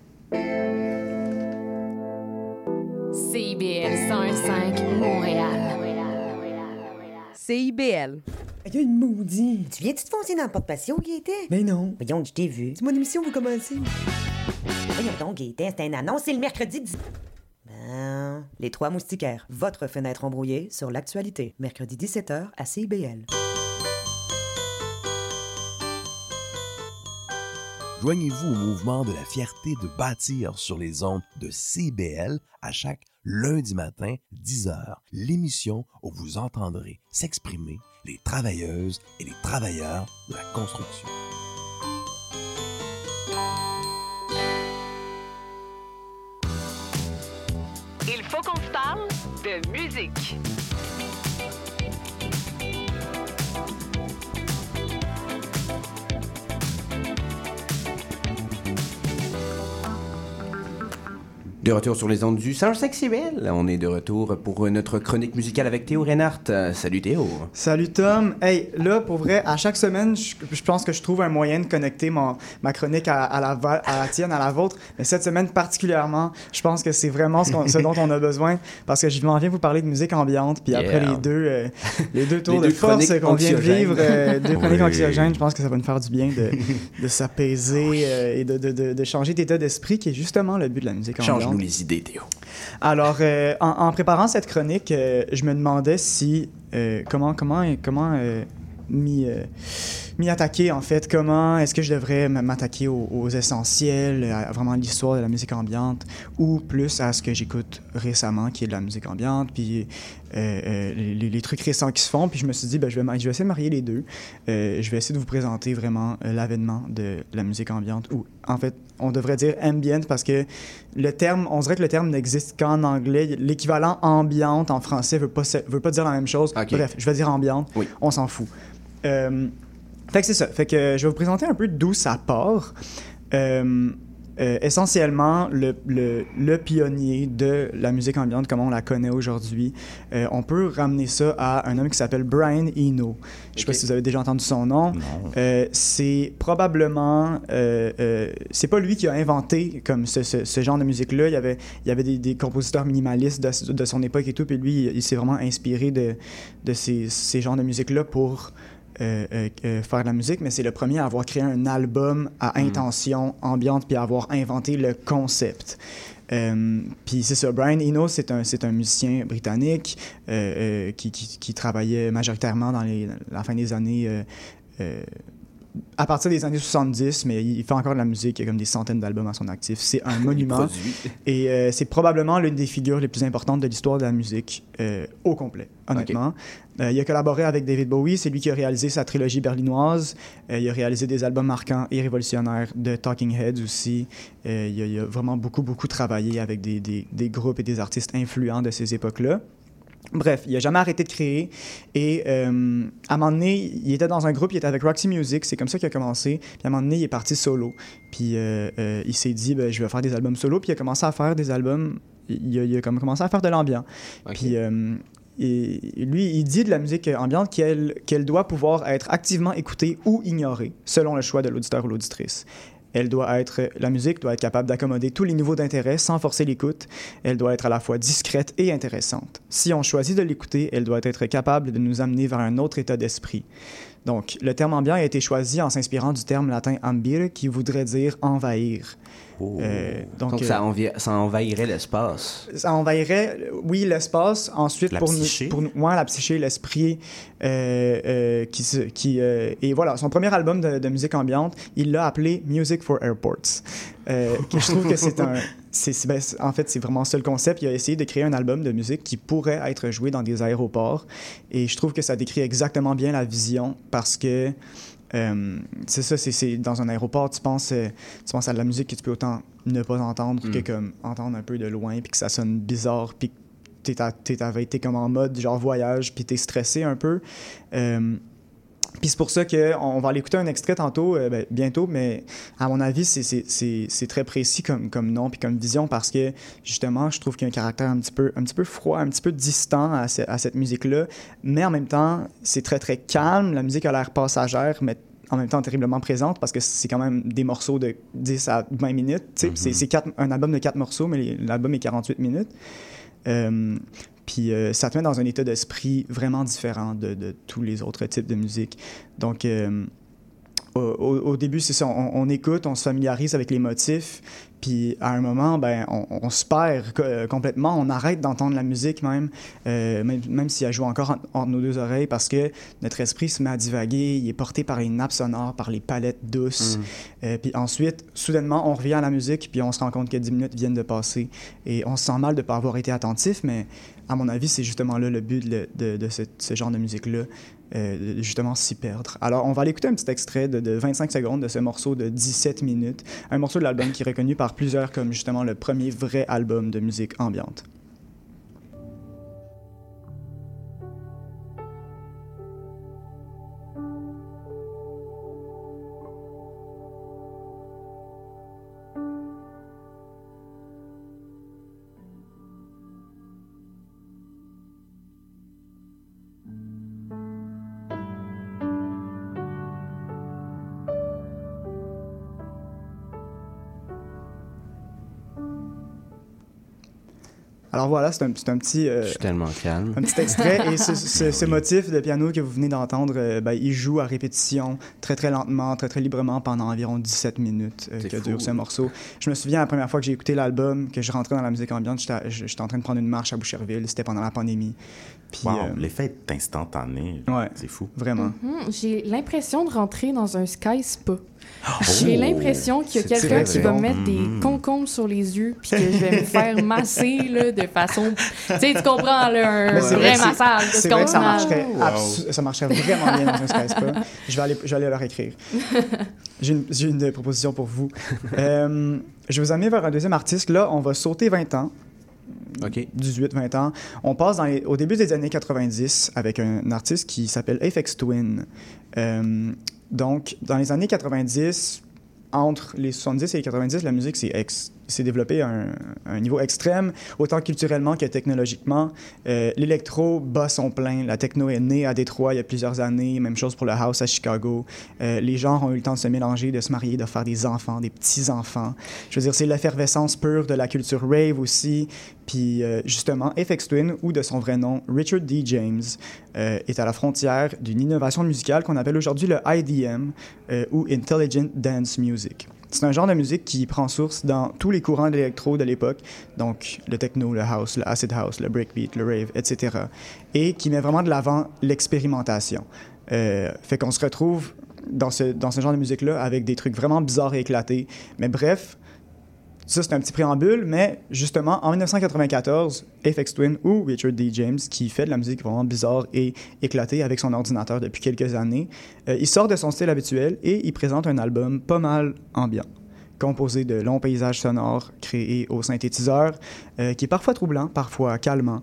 [SPEAKER 1] C I B L cent un virgule cinq Montréal.
[SPEAKER 5] C I B L.
[SPEAKER 12] Il y a une maudite.
[SPEAKER 13] Tu viens-tu te foncer dans le porte-patio, Gaëtan?
[SPEAKER 12] Mais non.
[SPEAKER 13] Voyons, je t'ai vu.
[SPEAKER 12] C'est mon émission, vous commencez.
[SPEAKER 13] Voyons donc, Gaëtan, c'est un annonce, c'est le mercredi dix... Ben... Les Trois Moustiquaires, votre fenêtre embrouillée sur l'actualité. Mercredi dix-sept heures à C I B L.
[SPEAKER 14] Joignez-vous au mouvement de la fierté de bâtir sur les ondes de C B L à chaque lundi matin, dix heures, l'émission où vous entendrez s'exprimer les travailleuses et les travailleurs de la construction.
[SPEAKER 7] Il faut qu'on se parle de musique.
[SPEAKER 6] De retour sur les ondes du cent cinq C B L. On est de retour pour notre chronique musicale avec Théo Reinhardt. Euh, salut Théo.
[SPEAKER 10] Salut Tom. Hey, là, pour vrai, à chaque semaine, je, je pense que je trouve un moyen de connecter mon, ma chronique à, à, la, à la tienne, à la vôtre. Mais cette semaine particulièrement, je pense que c'est vraiment ce, ce dont on a besoin parce que je m'en viens vous parler de musique ambiante. Puis après
[SPEAKER 6] Yeah.
[SPEAKER 10] les deux, euh, les deux tours
[SPEAKER 6] les
[SPEAKER 10] de
[SPEAKER 6] deux
[SPEAKER 10] force qu'on vient de
[SPEAKER 6] anxiogènes.
[SPEAKER 10] vivre, euh, deux chroniques
[SPEAKER 9] Oui.
[SPEAKER 10] anxiogènes, je pense que ça va nous faire du bien de, de s'apaiser euh, et de, de, de, de changer d'état d'esprit qui est justement le but de la musique ambiante.
[SPEAKER 6] Change-nous les idées, Théo.
[SPEAKER 10] Alors, euh, en, en préparant cette chronique, euh, je me demandais si euh, comment comment comment euh, m'y euh, m'y attaquer en fait. Comment est-ce que je devrais m- m'attaquer aux, aux essentiels, à vraiment l'histoire de la musique ambiante, ou plus à ce que j'écoute récemment, qui est de la musique ambiante, puis euh, euh, les, les trucs récents qui se font. Puis je me suis dit, ben, je vais ma- je vais essayer de marier les deux. Euh, je vais essayer de vous présenter vraiment euh, l'avènement de la musique ambiante, ou en fait, on devrait dire ambient parce que le terme, on dirait que le terme n'existe qu'en anglais. L'équivalent ambiante en français veut pas se- veut pas dire la même chose.
[SPEAKER 6] Okay.
[SPEAKER 10] Bref, je vais dire ambiante.
[SPEAKER 6] Oui.
[SPEAKER 10] On s'en fout. Euh, fait que c'est ça. Fait que je vais vous présenter un peu d'où ça part. Euh, euh, essentiellement, le, le, le pionnier de la musique ambiante comme on la connaît aujourd'hui, euh, on peut ramener ça à un homme qui s'appelle Brian Eno. Je sais pas
[SPEAKER 6] Ok.
[SPEAKER 10] si vous avez déjà entendu son nom.
[SPEAKER 9] Non.
[SPEAKER 10] Euh, c'est probablement... Euh, euh, c'est pas lui qui a inventé comme ce, ce, ce genre de musique-là. Il y avait, il y avait des, des compositeurs minimalistes de, de son époque et tout, puis lui, il, il s'est vraiment inspiré de, de ces, ces genres de musique-là pour... Euh, euh, euh, faire de la musique, mais c'est le premier à avoir créé un album à intention ambiante puis à avoir inventé le concept. Euh, puis c'est ça, Brian Eno, c'est un, c'est un musicien britannique euh, euh, qui, qui, qui travaillait majoritairement dans les, la fin des années... Euh, euh, à partir des années soixante-dix, mais il fait encore de la musique, il y a comme des centaines d'albums à son actif. C'est un monument. Et euh, c'est probablement l'une des figures les plus importantes de l'histoire de la musique euh, au complet, honnêtement. Okay. Euh, il a collaboré avec David Bowie, c'est lui qui a réalisé sa trilogie berlinoise. Euh, il a réalisé des albums marquants et révolutionnaires de Talking Heads aussi. Euh, il, a, il a vraiment beaucoup, beaucoup travaillé avec des, des, des groupes et des artistes influents de ces époques-là. Bref, il n'a jamais arrêté de créer. Et euh, à un moment donné, il était dans un groupe, il était avec Roxy Music, c'est comme ça qu'il a commencé. Puis à un moment donné, il est parti solo. Puis euh, euh, il s'est dit, ben, je vais faire des albums solo. Puis il a commencé à faire des albums, il a, il a comme commencé à faire de l'ambiant. Okay. Puis euh, et, lui, il dit de la musique ambiante qu'elle, qu'elle doit pouvoir être activement écoutée ou ignorée, selon le choix de l'auditeur ou l'auditrice. Elle doit être, la musique doit être capable d'accommoder tous les niveaux d'intérêt sans forcer l'écoute. Elle doit être à la fois discrète et intéressante. Si on choisit de l'écouter, elle doit être capable de nous amener vers un autre état d'esprit. Donc, le terme ambiant a été choisi en s'inspirant du terme latin ambire, qui voudrait dire envahir.
[SPEAKER 6] Oh.
[SPEAKER 10] Euh, donc,
[SPEAKER 6] donc ça, envi- ça envahirait l'espace.
[SPEAKER 10] Ça envahirait, oui, l'espace. Ensuite,
[SPEAKER 9] la
[SPEAKER 10] pour
[SPEAKER 9] psyché.
[SPEAKER 10] nous, pour nous, ouais, la psyché, l'esprit, euh, euh, qui, se, qui euh, et voilà, son premier album de, de musique ambiante, il l'a appelé Music for Airports. Euh, que je trouve que c'est un, c'est, c'est, ben, en fait, c'est vraiment ça le concept. Il a essayé de créer un album de musique qui pourrait être joué dans des aéroports, et je trouve que ça décrit exactement bien la vision parce que Euh, c'est ça, c'est, c'est dans un aéroport, tu penses, euh, tu penses à de la musique que tu peux autant ne pas entendre mm. que comme entendre un peu de loin, puis que ça sonne bizarre, puis que t'es, à, t'es, t'es, t'es comme en mode genre voyage, puis t'es stressé un peu. Euh, Puis c'est pour ça qu'on va aller écouter un extrait tantôt, euh, ben, bientôt, mais à mon avis, c'est, c'est, c'est, c'est très précis comme, comme nom puis comme vision parce que, justement, je trouve qu'il y a un caractère un petit peu, un petit peu froid, un petit peu distant à, ce, à cette musique-là, mais en même temps, c'est très, très calme. La musique a l'air passagère, mais en même temps terriblement présente parce que c'est quand même des morceaux de dix à vingt minutes. Mm-hmm. C'est, c'est quatre, un album de quatre morceaux, mais l'album est quarante-huit minutes. Euh, Puis euh, ça te met dans un état d'esprit vraiment différent de, de tous les autres types de musique. Donc, euh, au, au début, c'est ça, on, on écoute, on se familiarise avec les motifs, Puis à un moment, ben, on, on se perd co- complètement, on arrête d'entendre la musique même, euh, même, même si elle joue encore en- entre nos deux oreilles, parce que notre esprit se met à divaguer, il est porté par les nappes sonores, par les palettes douces. Mm. Euh, puis ensuite, soudainement, on revient à la musique, puis on se rend compte que dix minutes viennent de passer. Et on se sent mal de ne pas avoir été attentif, mais à mon avis, c'est justement là le but de, de, de ce, ce genre de musique-là. Euh, de justement s'y perdre. Alors, on va aller écouter un petit extrait de, de vingt-cinq secondes de ce morceau de dix-sept minutes, un morceau de l'album qui est reconnu par plusieurs comme justement le premier vrai album de musique ambiante. Alors voilà, c'est un, c'est un petit... Euh,
[SPEAKER 6] Je suis tellement calme.
[SPEAKER 10] Un petit extrait. Et ce, ce, ce motif de piano que vous venez d'entendre, euh, ben, il joue à répétition, très très lentement, très très librement pendant environ dix-sept minutes euh, que fou. dure ce morceau. Je me souviens la première fois que j'ai écouté l'album, que je rentrais dans la musique ambiante, j'étais, j'étais en train de prendre une marche à Boucherville, c'était pendant la pandémie. Puis,
[SPEAKER 9] wow,
[SPEAKER 10] euh,
[SPEAKER 9] l'effet est instantané.
[SPEAKER 10] Ouais,
[SPEAKER 9] c'est fou.
[SPEAKER 10] Vraiment.
[SPEAKER 8] Mm-hmm. J'ai l'impression de rentrer dans un sky spa. Oh, j'ai l'impression qu'il y a quelqu'un qui va me mettre des concombres sur les yeux puis que je vais me faire masser là, de façon... Tu sais, tu comprends, là, un vrai, vrai massage.
[SPEAKER 10] C'est, c'est vrai que ça marcherait, wow. abs- ça marcherait vraiment bien dans un sky spa. Je vais aller, je vais aller leur écrire. J'ai une, j'ai une proposition pour vous. Euh, je vais vous amener vers un deuxième artiste. Là, on va sauter vingt ans.
[SPEAKER 6] OK.
[SPEAKER 10] dix-huit vingt ans. On passe dans les, au début des années quatre-vingt-dix avec un artiste qui s'appelle Aphex Twin. Euh, donc, dans les années quatre-vingt-dix, entre les soixante-dix et les quatre-vingt-dix, la musique s'est, ex- s'est développée à un, à un niveau extrême, autant culturellement que technologiquement. Euh, l'électro bat son plein. La techno est née à Détroit il y a plusieurs années. Même chose pour le house à Chicago. Euh, les genres ont eu le temps de se mélanger, de se marier, de faire des enfants, des petits-enfants. Je veux dire, c'est l'effervescence pure de la culture rave aussi. Puis euh, justement, Aphex Twin, ou de son vrai nom, Richard D. James, euh, est à la frontière d'une innovation musicale qu'on appelle aujourd'hui le I D M, euh, ou Intelligent Dance Music. C'est un genre de musique qui prend source dans tous les courants d'électro de l'époque, donc le techno, le house, le acid house, le breakbeat, le rave, et cetera, et qui met vraiment de l'avant l'expérimentation. Euh, fait qu'on se retrouve dans ce, dans ce genre de musique-là avec des trucs vraiment bizarres et éclatés. Mais bref, ça, c'est un petit préambule, mais justement, en dix-neuf cent quatre-vingt-quatorze, Aphex Twin ou Richard D. James, qui fait de la musique vraiment bizarre et éclatée avec son ordinateur depuis quelques années, euh, il sort de son style habituel et il présente un album pas mal ambiant, composé de longs paysages sonores créés au synthétiseur, euh, qui est parfois troublant, parfois calmant.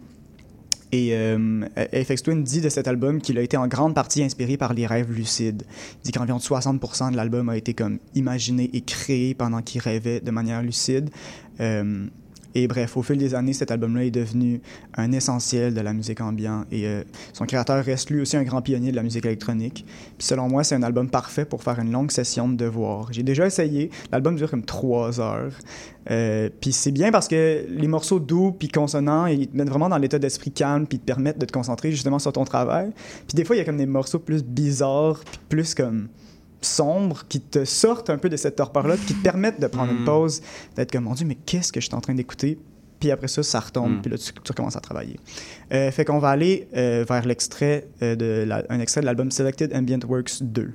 [SPEAKER 10] Et euh, Aphex Twin dit de cet album qu'il a été en grande partie inspiré par les rêves lucides. Il dit qu'environ soixante pour cent de l'album a été comme imaginé et créé pendant qu'il rêvait de manière lucide. Euh, et bref, au fil des années, cet album-là est devenu un essentiel de la musique ambiante. Et euh, son créateur reste lui aussi un grand pionnier de la musique électronique. Puis selon moi, c'est un album parfait pour faire une longue session de devoirs. J'ai déjà essayé. L'album dure comme trois heures. Euh, puis c'est bien parce que les morceaux doux puis consonants, ils te mettent vraiment dans l'état d'esprit calme puis te permettent de te concentrer justement sur ton travail. Puis des fois, il y a comme des morceaux plus bizarres puis plus comme sombres qui te sortent un peu de cette torpeur-là puis qui te permettent de prendre mm. une pause, d'être comme, mon Dieu, mais qu'est-ce que je suis en train d'écouter? Puis après ça, ça retombe, mm. puis là, tu, tu recommences à travailler. Euh, fait qu'on va aller euh, vers l'extrait euh, de la, un extrait de l'album Selected Ambient Works deux.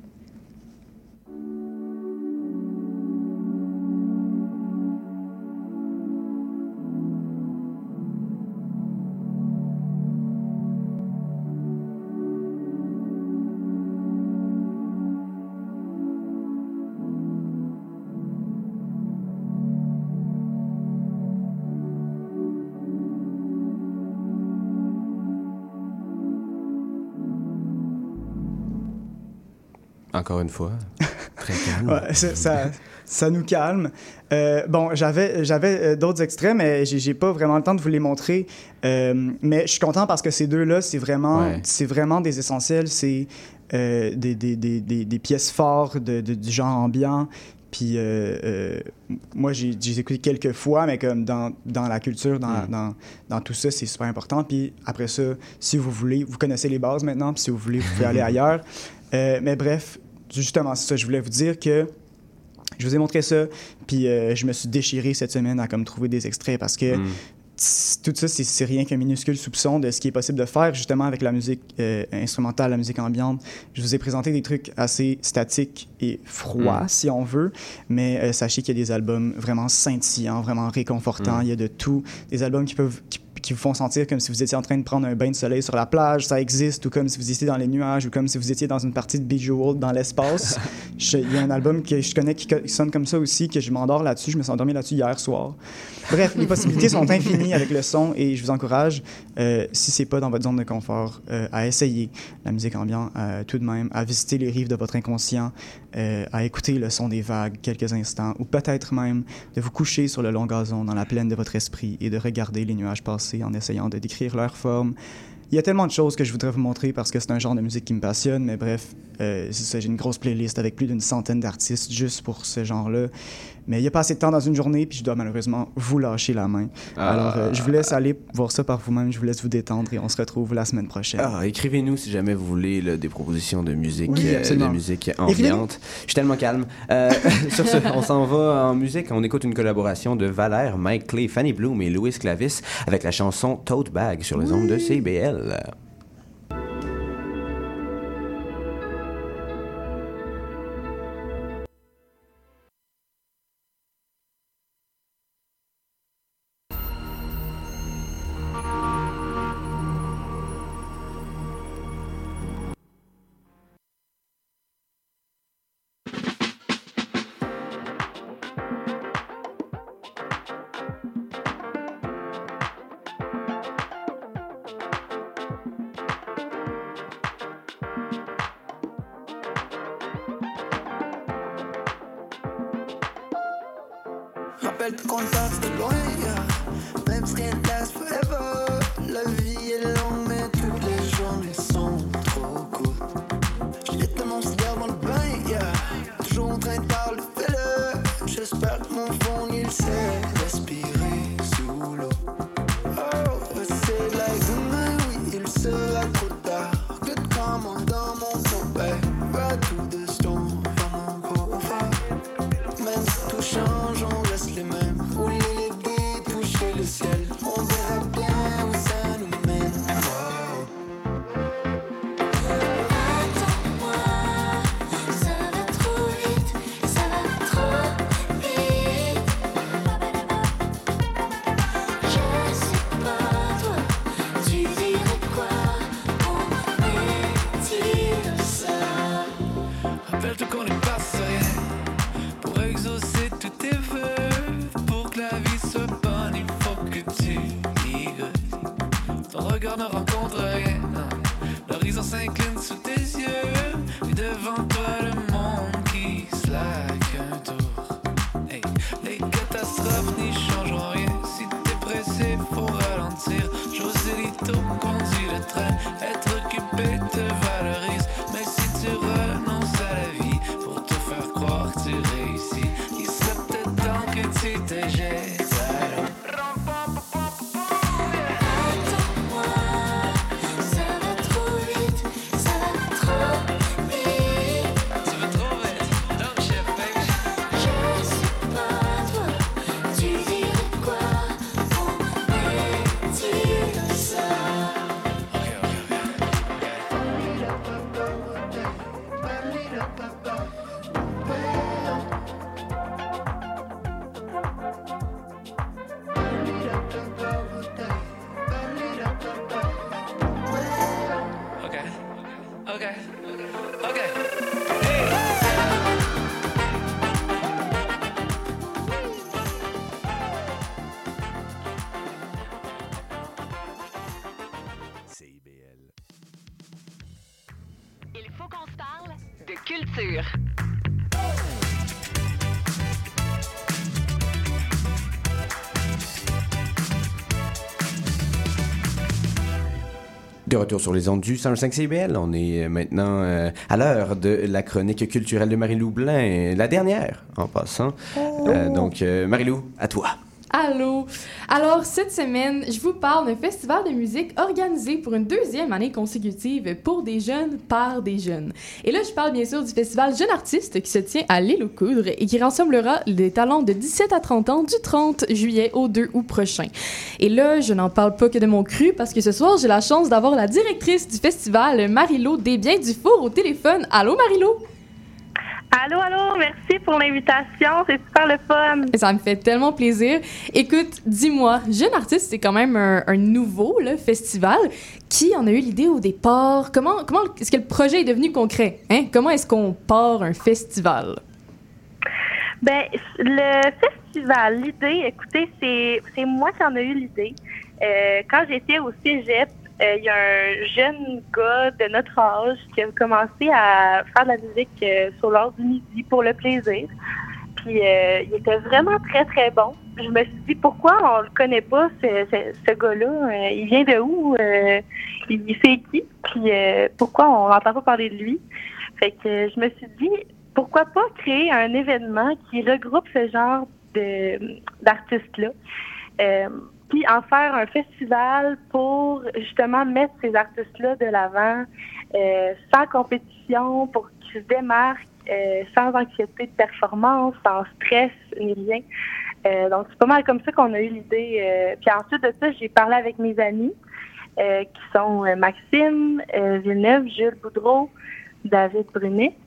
[SPEAKER 6] Encore une fois, très calme.
[SPEAKER 10] Ouais, ça, ça nous calme. Euh, bon, j'avais, j'avais euh, d'autres extraits, mais j'ai, j'ai pas vraiment le temps de vous les montrer. Euh, mais je suis content parce que ces deux-là, c'est vraiment, ouais. c'est vraiment des essentiels. C'est euh, des, des, des, des, des pièces fortes de, de, du genre ambiant. Puis euh, euh, moi, j'ai, j'ai écouté quelques fois, mais comme dans, dans la culture, dans, mm. dans, dans tout ça, c'est super important. Puis après ça, si vous voulez, vous connaissez les bases maintenant, puis si vous voulez, vous pouvez aller ailleurs. Euh, mais bref, justement, c'est ça. Je voulais vous dire que Je vous ai montré ça, puis euh, je me suis déchiré cette semaine à comme trouver des extraits parce que mm. tout ça, c'est, c'est rien qu'un minuscule soupçon de ce qui est possible de faire justement avec la musique euh, instrumentale, la musique ambiante. Je vous ai présenté des trucs assez statiques et froids, mm. si on veut, mais euh, sachez qu'il y a des albums vraiment scintillants, vraiment réconfortants. Mm. Il y a de tout. Des albums qui peuvent... Qui, qui vous font sentir comme si vous étiez en train de prendre un bain de soleil sur la plage, ça existe, ou comme si vous étiez dans les nuages, ou comme si vous étiez dans une partie de Bejeweled dans l'espace. Il y a un album que je connais qui, qui sonne comme ça aussi, que je m'endors là-dessus, je me suis endormi là-dessus hier soir. Bref, les possibilités sont infinies avec le son, et je vous encourage, euh, si c'est pas dans votre zone de confort, euh, à essayer la musique ambiante euh, tout de même, à visiter les rives de votre inconscient, euh, à écouter le son des vagues quelques instants, ou peut-être même de vous coucher sur le long gazon dans la plaine de votre esprit et de regarder les nuages passer en essayant de décrire leur forme. Il y a tellement de choses que je voudrais vous montrer parce que c'est un genre de musique qui me passionne, mais bref, euh, c'est ça, j'ai une grosse playlist avec plus d'une centaine d'artistes juste pour ce genre-là. Mais il n'y a pas assez de temps dans une journée, puis je dois malheureusement vous lâcher la main. Ah. Alors, euh, je vous laisse aller voir ça par vous-même, je vous laisse vous détendre et on se retrouve la semaine prochaine.
[SPEAKER 6] Ah, écrivez-nous si jamais vous voulez là, des propositions de musique, oui, euh, de musique ambiante. Je suis tellement calme. Euh, sur ce, on s'en va en musique. On écoute une collaboration de Valère, Mike Clay, Fanny Bloom et Louis Clavis avec la chanson Tote Bag sur les ondes de C I B L.
[SPEAKER 15] Rappelle qu'on le passe de loin, yeah. Même si rien ne last forever. La vie est longue, mais toutes les journées sont trop courtes. J'jette mon cigare dans le bain, yeah. Toujours en train de parler, fais-le. J'espère que mon fond, il sait respirer sous l'eau. Oh, c'est like demain, oui, il sera trop tard. Que de commandes dans mon tombé. Right to the storm, dans mon profile. Même si tout change, on reste les mêmes. Rouler les dés, toucher le ciel. On verra bien où ça nous mène. Wow.
[SPEAKER 16] Attends-moi, ça va trop vite, ça va trop vite. Je sais pas toi, tu dirais quoi pour me dire ça?
[SPEAKER 15] Rappelle-toi qu'on est pas rien pour exaucer tous tes vœux. Pour que la vie soit bonne, il faut que tu y goûtes. Ton regard ne rencontre rien, l'horizon s'incline sous tes yeux. Et devant toi le monde qui slack un tour. Hey, les catastrophes n'y changeront rien. Si t'es pressé, faut ralentir. Joselito conduit le train. Être occupé te valorise. Mais si tu renonces à la vie pour te faire croire que tu réussis, il serait peut-être temps que tu te jettes à l'eau.
[SPEAKER 16] Attends-moi, ça va trop vite, ça va trop vite.
[SPEAKER 15] Tu veux trop vite, donc je fais.
[SPEAKER 16] Je sais pas toi, tu dirais quoi pour me dire ça?
[SPEAKER 15] Ok, ok, ok.
[SPEAKER 14] C I B L.
[SPEAKER 7] Il faut qu'on se parle de culture.
[SPEAKER 6] De retour sur les ondes du cent cinq C I B L, on est maintenant euh, à l'heure de la chronique culturelle de Marie-Lou Blin, la dernière en passant. Oh. Euh, donc, euh, Marie-Lou, à toi.
[SPEAKER 8] Allô! Alors, cette semaine, je vous parle d'un festival de musique organisé pour une deuxième année consécutive pour des jeunes par des jeunes. Et là, je parle bien sûr du festival Jeunes Artistes qui se tient à l'Île aux Coudres et qui rassemblera des talents de dix-sept à trente ans du trente juillet au deux août prochain. Et là, je n'en parle pas que de mon cru parce que ce soir, j'ai la chance d'avoir la directrice du festival, Marie-Laure Desbiens-Dufour, au téléphone. Allô, Marie-Laure?
[SPEAKER 17] Allô, allô, merci pour l'invitation, c'est super le fun.
[SPEAKER 8] Ça me fait tellement plaisir. Écoute, dis-moi, Jeune Artiste, c'est quand même un, un nouveau là, festival. Qui en a eu l'idée au départ? Comment, comment est-ce que le projet est devenu concret? Hein? Comment est-ce qu'on part un festival?
[SPEAKER 17] Ben, le festival, l'idée, écoutez, c'est, c'est moi qui en ai eu l'idée. Euh, quand j'étais au cégep, il euh, y a un jeune gars de notre âge qui a commencé à faire de la musique euh, sur l'heure du midi pour le plaisir. Puis euh, il était vraiment très, très bon. Je me suis dit, pourquoi on le connaît pas, ce, ce, ce gars-là? Euh, il vient de où? Euh, il, il fait qui? Puis euh, pourquoi on n'entend pas parler de lui? Fait que euh, je me suis dit, pourquoi pas créer un événement qui regroupe ce genre de, d'artistes-là? Euh, puis en faire un festival pour justement mettre ces artistes-là de l'avant, euh, sans compétition, pour qu'ils se démarquent, euh, sans anxiété de performance, sans stress, ni rien. Euh, donc c'est pas mal comme ça qu'on a eu l'idée. Euh, puis ensuite de ça, j'ai parlé avec mes amis, euh, qui sont euh, Maxime euh, Villeneuve, Jules Boudreau, David Brunet.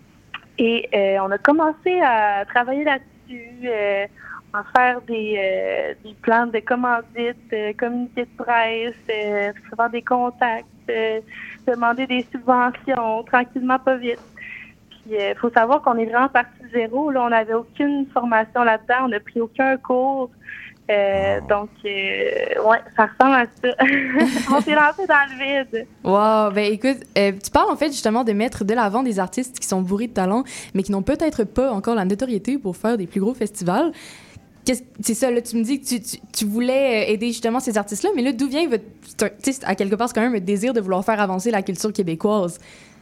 [SPEAKER 17] Et euh, on a commencé à travailler là-dessus, euh, en faire des, euh, des plans de commandites, euh, communiqués de presse, euh, recevoir des contacts, euh, demander des subventions, tranquillement, pas vite. Puis, il euh, faut savoir qu'on est vraiment parti de zéro. Là, on n'avait aucune formation là-dedans, on n'a pris aucun cours. Euh, donc, euh, ouais, ça ressemble à ça. On s'est lancé dans le vide.
[SPEAKER 8] Wow! Ben écoute, euh, tu parles en fait justement de mettre de l'avant des artistes qui sont bourrés de talent, mais qui n'ont peut-être pas encore la notoriété pour faire des plus gros festivals. Qu'est-ce, c'est ça, là, tu me dis que tu, tu, tu voulais aider justement ces artistes-là, mais là, d'où vient votre... Tu sais, à quelque part, c'est quand même un désir de vouloir faire avancer la culture québécoise.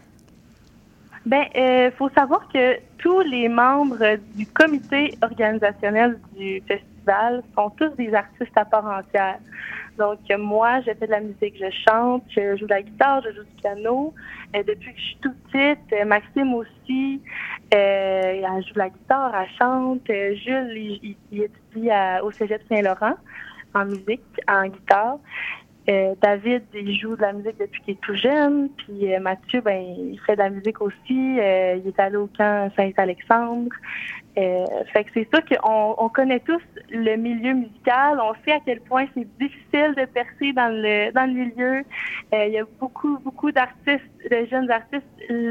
[SPEAKER 17] Ben, euh, faut savoir que tous les membres du comité organisationnel du festival sont tous des artistes à part entière. Donc, moi, je fais de la musique, je chante, je joue de la guitare, je joue du piano. Euh, depuis que je suis toute petite, euh, Maxime aussi, euh, elle joue de la guitare, elle chante. Euh, Jules, il, il, il étudie à, au Cégep Saint-Laurent en musique, en guitare. Euh, David, il joue de la musique depuis qu'il est tout jeune. Puis euh, Mathieu, ben, il fait de la musique aussi. Euh, il est allé au camp Saint-Alexandre. Euh, fait que c'est sûr qu'on on connaît tous le milieu musical. On sait à quel point c'est difficile de percer dans le dans le milieu. Euh, il y a beaucoup, beaucoup d'artistes, de jeunes artistes,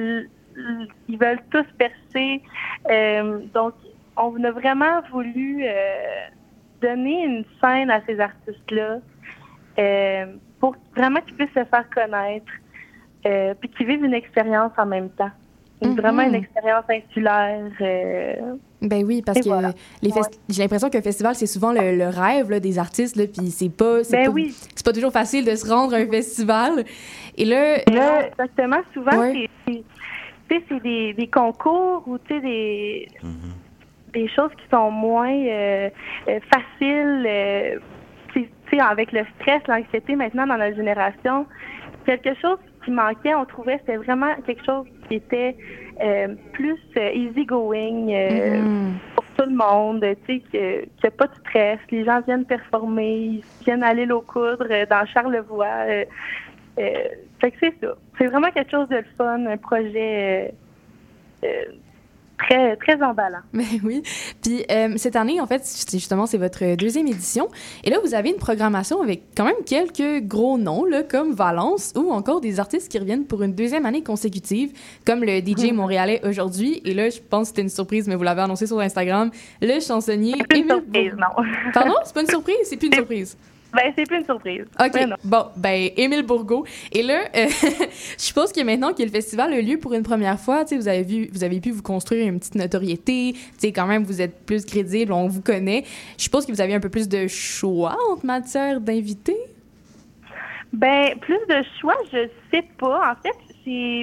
[SPEAKER 17] ils veulent tous percer. Euh, donc, on a vraiment voulu euh, donner une scène à ces artistes-là. Euh, pour vraiment qu'ils puissent se faire connaître, euh, puis qu'ils vivent une expérience en même temps. Mm-hmm. Vraiment une expérience insulaire. Euh...
[SPEAKER 8] Ben oui, parce que voilà. les festi- ouais. j'ai l'impression qu'un festival, c'est souvent le, le rêve là, des artistes, là, puis c'est pas, c'est,
[SPEAKER 17] ben
[SPEAKER 8] pas,
[SPEAKER 17] oui.
[SPEAKER 8] c'est pas toujours facile de se rendre à un festival. Et là...
[SPEAKER 17] là exactement, souvent,
[SPEAKER 8] ouais.
[SPEAKER 17] c'est, c'est, c'est des, des concours ou des, mm-hmm. des choses qui sont moins euh, euh, faciles, euh, T'sais, avec le stress, l'anxiété maintenant dans notre génération, quelque chose qui manquait, on trouvait, c'était vraiment quelque chose qui était euh, plus euh, easy-going euh, mm-hmm. pour tout le monde, tu sais, qu'il n'y a pas de stress, les gens viennent performer, ils viennent aller l'eau coudre dans Charlevoix. Euh, euh, fait que c'est ça. C'est vraiment quelque chose de le fun, un projet... Euh, euh, Très, très emballant.
[SPEAKER 8] Ben oui. Puis euh, cette année, en fait, justement, c'est votre deuxième édition. Et là, vous avez une programmation avec quand même quelques gros noms, là, comme Valence, ou encore des artistes qui reviennent pour une deuxième année consécutive, comme le D J montréalais aujourd'hui. Et là, je pense que c'était une surprise, mais vous l'avez annoncé sur Instagram, le chansonnier
[SPEAKER 17] C'est plus une
[SPEAKER 8] Émile
[SPEAKER 17] surprise,
[SPEAKER 8] Bourgault.
[SPEAKER 17] non.
[SPEAKER 8] Pardon? C'est pas une surprise? C'est plus une surprise.
[SPEAKER 17] Ben, c'est plus une surprise.
[SPEAKER 8] OK.
[SPEAKER 17] Ben non.
[SPEAKER 8] Bon, ben, Émile Bourgault. Et là, euh, je suppose que maintenant que le festival a lieu pour une première fois, tu sais, vous avez vu, vous avez pu vous construire une petite notoriété. Tu sais, quand même, vous êtes plus crédible, on vous connaît. Je suppose que vous avez un peu plus de choix en matière d'invités?
[SPEAKER 17] Ben, plus de choix, je sais pas. En fait, c'est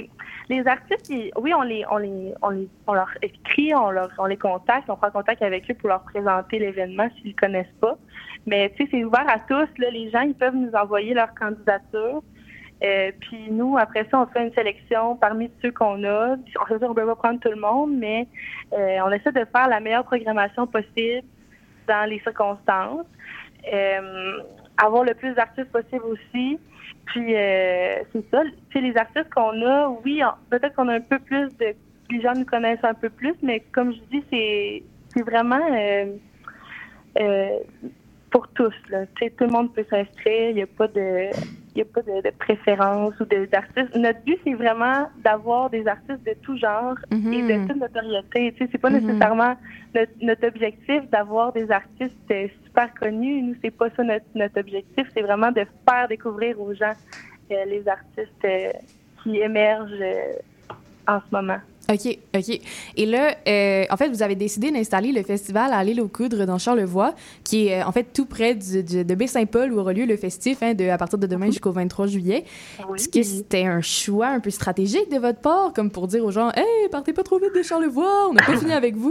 [SPEAKER 17] les artistes, ils- oui, on les, on les, on les, on leur écrit, on leur, on les contacte, on prend contact avec eux pour leur présenter l'événement s'ils le connaissent pas. Mais tu sais, c'est ouvert à tous. Là, les gens, ils peuvent nous envoyer leur candidature. Euh, puis nous, après ça, on fait une sélection parmi ceux qu'on a. On ne peut pas prendre tout le monde, mais euh, on essaie de faire la meilleure programmation possible dans les circonstances. Euh, avoir le plus d'artistes possible aussi. Puis euh, c'est ça. Tu sais, les artistes qu'on a, oui, on- peut-être qu'on a un peu plus de... Les gens nous connaissent un peu plus, mais comme je dis, c'est, c'est vraiment... Euh, euh, pour tous, là. Tu sais, tout le monde peut s'inscrire, il n'y a pas de il y a pas de, de préférence ou de- d'artistes. Notre but, c'est vraiment d'avoir des artistes de tout genre
[SPEAKER 8] Mhm.
[SPEAKER 17] et de toute notoriété. Tu sais, c'est pas
[SPEAKER 8] Mhm.
[SPEAKER 17] nécessairement notre, notre objectif d'avoir des artistes euh, super connus. Nous, c'est pas ça notre, notre objectif. C'est vraiment de faire découvrir aux gens euh, les artistes euh, qui émergent euh, en ce moment.
[SPEAKER 8] OK, OK. Et là, euh, en fait, vous avez décidé d'installer le festival à l'Île aux Coudres dans Charlevoix, qui est euh, en fait tout près du, du- de Baie-Saint-Paul où aura lieu le festif hein, de, à partir de demain jusqu'au vingt-trois juillet. Est-ce que c'était un choix un peu stratégique de votre part, comme pour dire aux gens « Hey, partez pas trop vite de Charlevoix, on n'a pas fini avec vous! »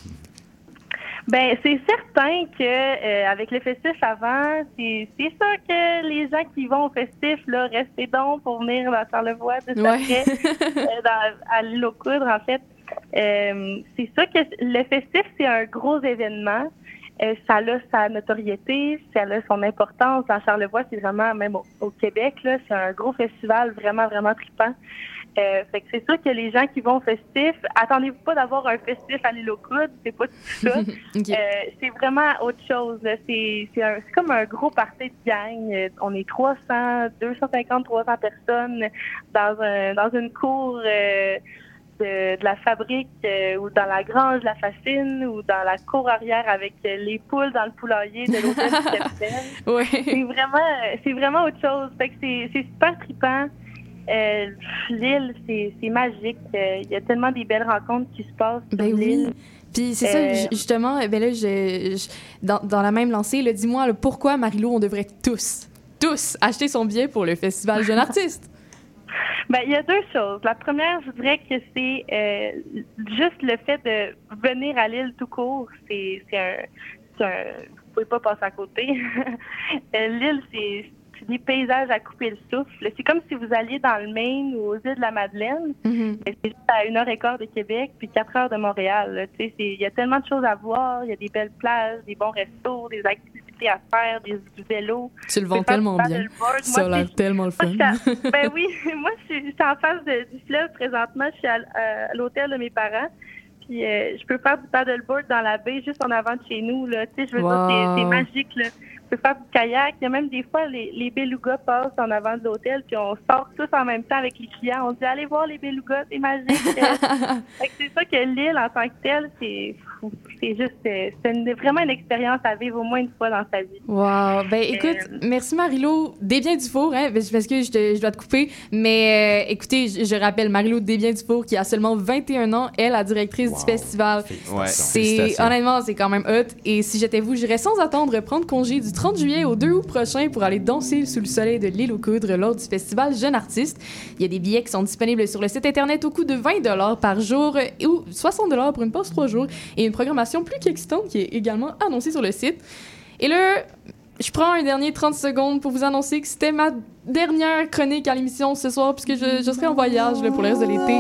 [SPEAKER 17] Ben, c'est certain que euh, avec le festif avant, c'est c'est sûr que les gens qui vont au festif, là, restez donc pour venir dans Charlevoix juste
[SPEAKER 8] Ouais.
[SPEAKER 17] après, euh, dans, à l'île aux Coudres, en fait. Euh, c'est sûr que le festif, c'est un gros événement. Euh, ça a sa notoriété, ça a son importance. Dans Charlevoix, c'est vraiment, même au, au Québec, là, c'est un gros festival vraiment, vraiment trippant. Euh, fait que c'est sûr que les gens qui vont au festif, attendez-vous pas d'avoir un festif à l'île aux Coudres, c'est pas tout ça.
[SPEAKER 8] Ok.
[SPEAKER 17] Euh, c'est vraiment autre chose. là. C'est, c'est, un- c'est comme un gros party de gang. Euh, On est trois cents, deux cent cinquante, trois cents personnes dans un dans une cour euh, de, de la fabrique euh, ou dans la grange de la Fascine ou dans la cour arrière avec euh, les poules dans le poulailler de l'hôtel du capitaine.
[SPEAKER 8] Ouais.
[SPEAKER 17] C'est vraiment, c'est vraiment autre chose. Fait que c'est, c'est super trippant. Euh, l'île, c'est, c'est magique. Euh, Il y a tellement des belles rencontres qui se passent sur
[SPEAKER 8] Ben
[SPEAKER 17] l'île.
[SPEAKER 8] oui. Puis c'est
[SPEAKER 17] Euh,
[SPEAKER 8] ça, ju- justement, ben là, je, je- dans, dans la même lancée, là, dis-moi là, pourquoi, Marie-Lou, on devrait tous, tous acheter son billet pour le Festival Jeune Artiste?
[SPEAKER 17] Ben, il y a deux choses. La première, je dirais que c'est euh, juste le fait de venir à l'île tout court. C'est, c'est un, c'est un, vous pouvez pas passer à côté. Euh, l'île, c'est, c'est des paysages à couper le souffle. C'est comme si vous alliez dans le Maine ou aux îles de la Madeleine.
[SPEAKER 8] Mhm.
[SPEAKER 17] Mais c'est juste à une heure et quart de Québec puis quatre heures de Montréal. là. Tu sais, c'est- il y a tellement de choses à voir. Il y a des belles plages, des bons restos, des activités à faire, des, du vélo.
[SPEAKER 8] Tu le vends
[SPEAKER 17] Tu peux faire
[SPEAKER 8] tellement
[SPEAKER 17] du
[SPEAKER 8] bien.
[SPEAKER 17] paddleboard.
[SPEAKER 8] Ça a
[SPEAKER 17] Moi,
[SPEAKER 8] l'air
[SPEAKER 17] c'est-
[SPEAKER 8] tellement le fun.
[SPEAKER 17] moi, je suis à- ben oui, moi, je suis, je suis en face de- du fleuve présentement. Je suis à, à l'hôtel de mes parents. Puis, euh, je peux faire du paddleboard dans la baie juste en avant de chez nous. Là. Tu sais, je veux
[SPEAKER 8] Wow.
[SPEAKER 17] dire, c'est, c'est magique. Là. Je peux faire du kayak. Il y a même des fois, les, les belugas passent en avant de l'hôtel. Puis, on sort tous en même temps avec les clients. On dit, allez voir les belugas, c'est magique. Fait que c'est ça que l'île, en tant que telle, c'est, c'est juste, euh, c'est une- vraiment une expérience à vivre au moins une fois dans sa vie.
[SPEAKER 8] Wow. Ben écoute,
[SPEAKER 17] Euh,
[SPEAKER 8] merci Marie-Lou Desbiens Dufour, hein, parce parce que je, te- je dois te couper, mais euh, écoutez, je, je rappelle Marie-Lou Desbiens Dufour qui a seulement vingt et un ans, elle, la directrice du festival.
[SPEAKER 6] Ouais,
[SPEAKER 8] C'est
[SPEAKER 6] félicitations.
[SPEAKER 8] honnêtement, c'est quand même hot. Et si j'étais vous, j'irais sans attendre prendre congé du trente juillet au deux août prochain pour aller danser sous le soleil de l'île aux Coudres lors du festival Jeune Artiste. Il y a des billets qui sont disponibles sur le site internet au coût de vingt dollars par jour euh, ou soixante dollars pour une pause trois jours et une programmation plus qu'excitante qui est également annoncée sur le site. Et là, je prends un dernier trente secondes pour vous annoncer que c'était ma dernière chronique à l'émission ce soir puisque je, je serai en voyage là, pour le reste de l'été.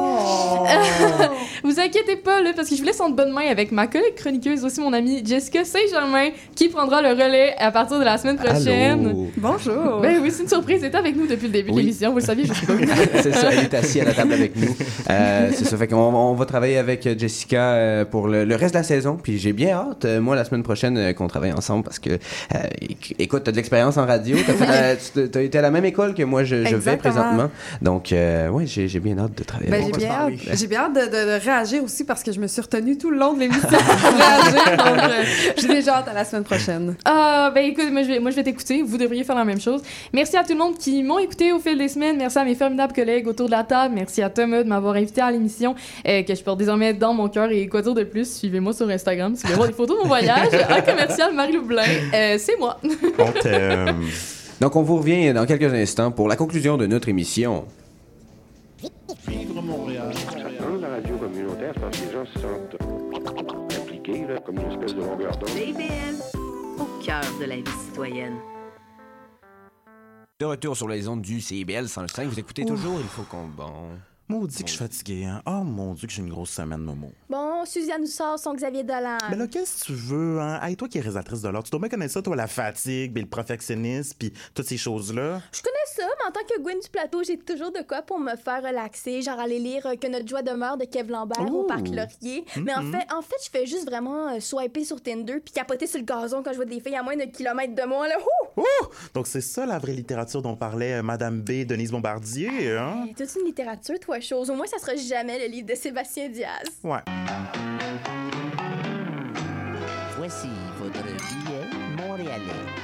[SPEAKER 8] Vous inquiétez pas, là, parce que je vous laisse en bonne main avec ma collègue chroniqueuse, aussi mon amie Jessica Saint-Germain, qui prendra le relais à partir de la semaine prochaine.
[SPEAKER 6] Allô.
[SPEAKER 5] Bonjour.
[SPEAKER 8] Ben oui, c'est une surprise. Elle est avec nous depuis le début
[SPEAKER 6] Oui.
[SPEAKER 8] de l'émission. Vous le saviez, je sais pas.
[SPEAKER 6] C'est ça, elle est assise à la table avec nous. Euh, c'est ça, fait qu'on on va travailler avec Jessica euh, pour le, le reste de la saison. Puis j'ai bien hâte, euh, moi, la semaine prochaine, euh, qu'on travaille ensemble parce que, euh, éc- écoute, t'as de l'expérience en radio. T'as, fait, euh, tu- t'as été à la même école que moi, je, je vais
[SPEAKER 5] Exactement.
[SPEAKER 6] présentement. Donc, euh, ouais, j'ai, j'ai bien hâte de travailler
[SPEAKER 5] Ben,
[SPEAKER 6] avec
[SPEAKER 5] j'ai
[SPEAKER 6] toi.
[SPEAKER 5] bien hâte,
[SPEAKER 6] parler.
[SPEAKER 5] j'ai bien hâte de, de- de réagir aussi parce que je me suis retenue tout le long de l'émission pour réagir. Donc, euh, j'ai déjà hâte à la semaine prochaine.
[SPEAKER 8] Ah, ben écoute, moi je, vais, moi je vais t'écouter. Vous devriez faire la même chose. Merci à tout le monde qui m'ont écouté au fil des semaines. Merci à mes formidables collègues autour de la table. Merci à Thomas de m'avoir invité à l'émission euh, que je porte désormais dans mon cœur. Et quoi dire de plus, suivez-moi sur Instagram si vous voulez voir des photos de mon voyage. Un commercial Marie-Lou Blin, euh, c'est moi.
[SPEAKER 9] On t'aime.
[SPEAKER 6] Donc, on vous revient dans quelques instants pour la conclusion de notre émission.
[SPEAKER 3] Vivre Montréal.
[SPEAKER 4] Dans la radio communautaire, c'est parce que les gens se sentent impliqués, là, comme une espèce de longueur d'onde.
[SPEAKER 18] C B L, au cœur de la vie citoyenne.
[SPEAKER 6] De retour sur les ondes du C B L cent cinq, vous écoutez
[SPEAKER 9] Ouf.
[SPEAKER 6] toujours, il faut qu'on... Bon...
[SPEAKER 9] Maudit que je suis fatigué, hein. Oh mon Dieu que j'ai une grosse semaine, Momo.
[SPEAKER 19] Bon, Suzanne nous sort son Xavier Dolan.
[SPEAKER 9] Mais là, qu'est-ce que tu veux, hein? Hey, toi qui es réalisatrice de l'art, tu dois bien connaître ça, toi, la fatigue, puis le perfectionnisme, puis toutes ces choses-là.
[SPEAKER 19] Je connais ça, mais en tant que Gwen du plateau, j'ai toujours de quoi pour me faire relaxer, genre aller lire euh, Que notre joie demeure de Kev Lambert
[SPEAKER 9] Ouh.
[SPEAKER 19] au Parc Laurier. Mais en
[SPEAKER 9] Mhm.
[SPEAKER 19] fait, en fait, je fais juste vraiment euh, swiper sur Tinder puis capoter sur le gazon quand je vois des filles à moins d'un kilomètre de moi, là. Ouh!
[SPEAKER 9] Ouh! Donc c'est ça la vraie littérature dont parlait euh, Madame B, Denise Bombardier, hein?
[SPEAKER 19] Hey, toute une littérature, toi, chose. Au moins, ça sera jamais le livre de Sébastien Diaz.
[SPEAKER 9] Ouais.
[SPEAKER 20] Voici votre billet montréalais.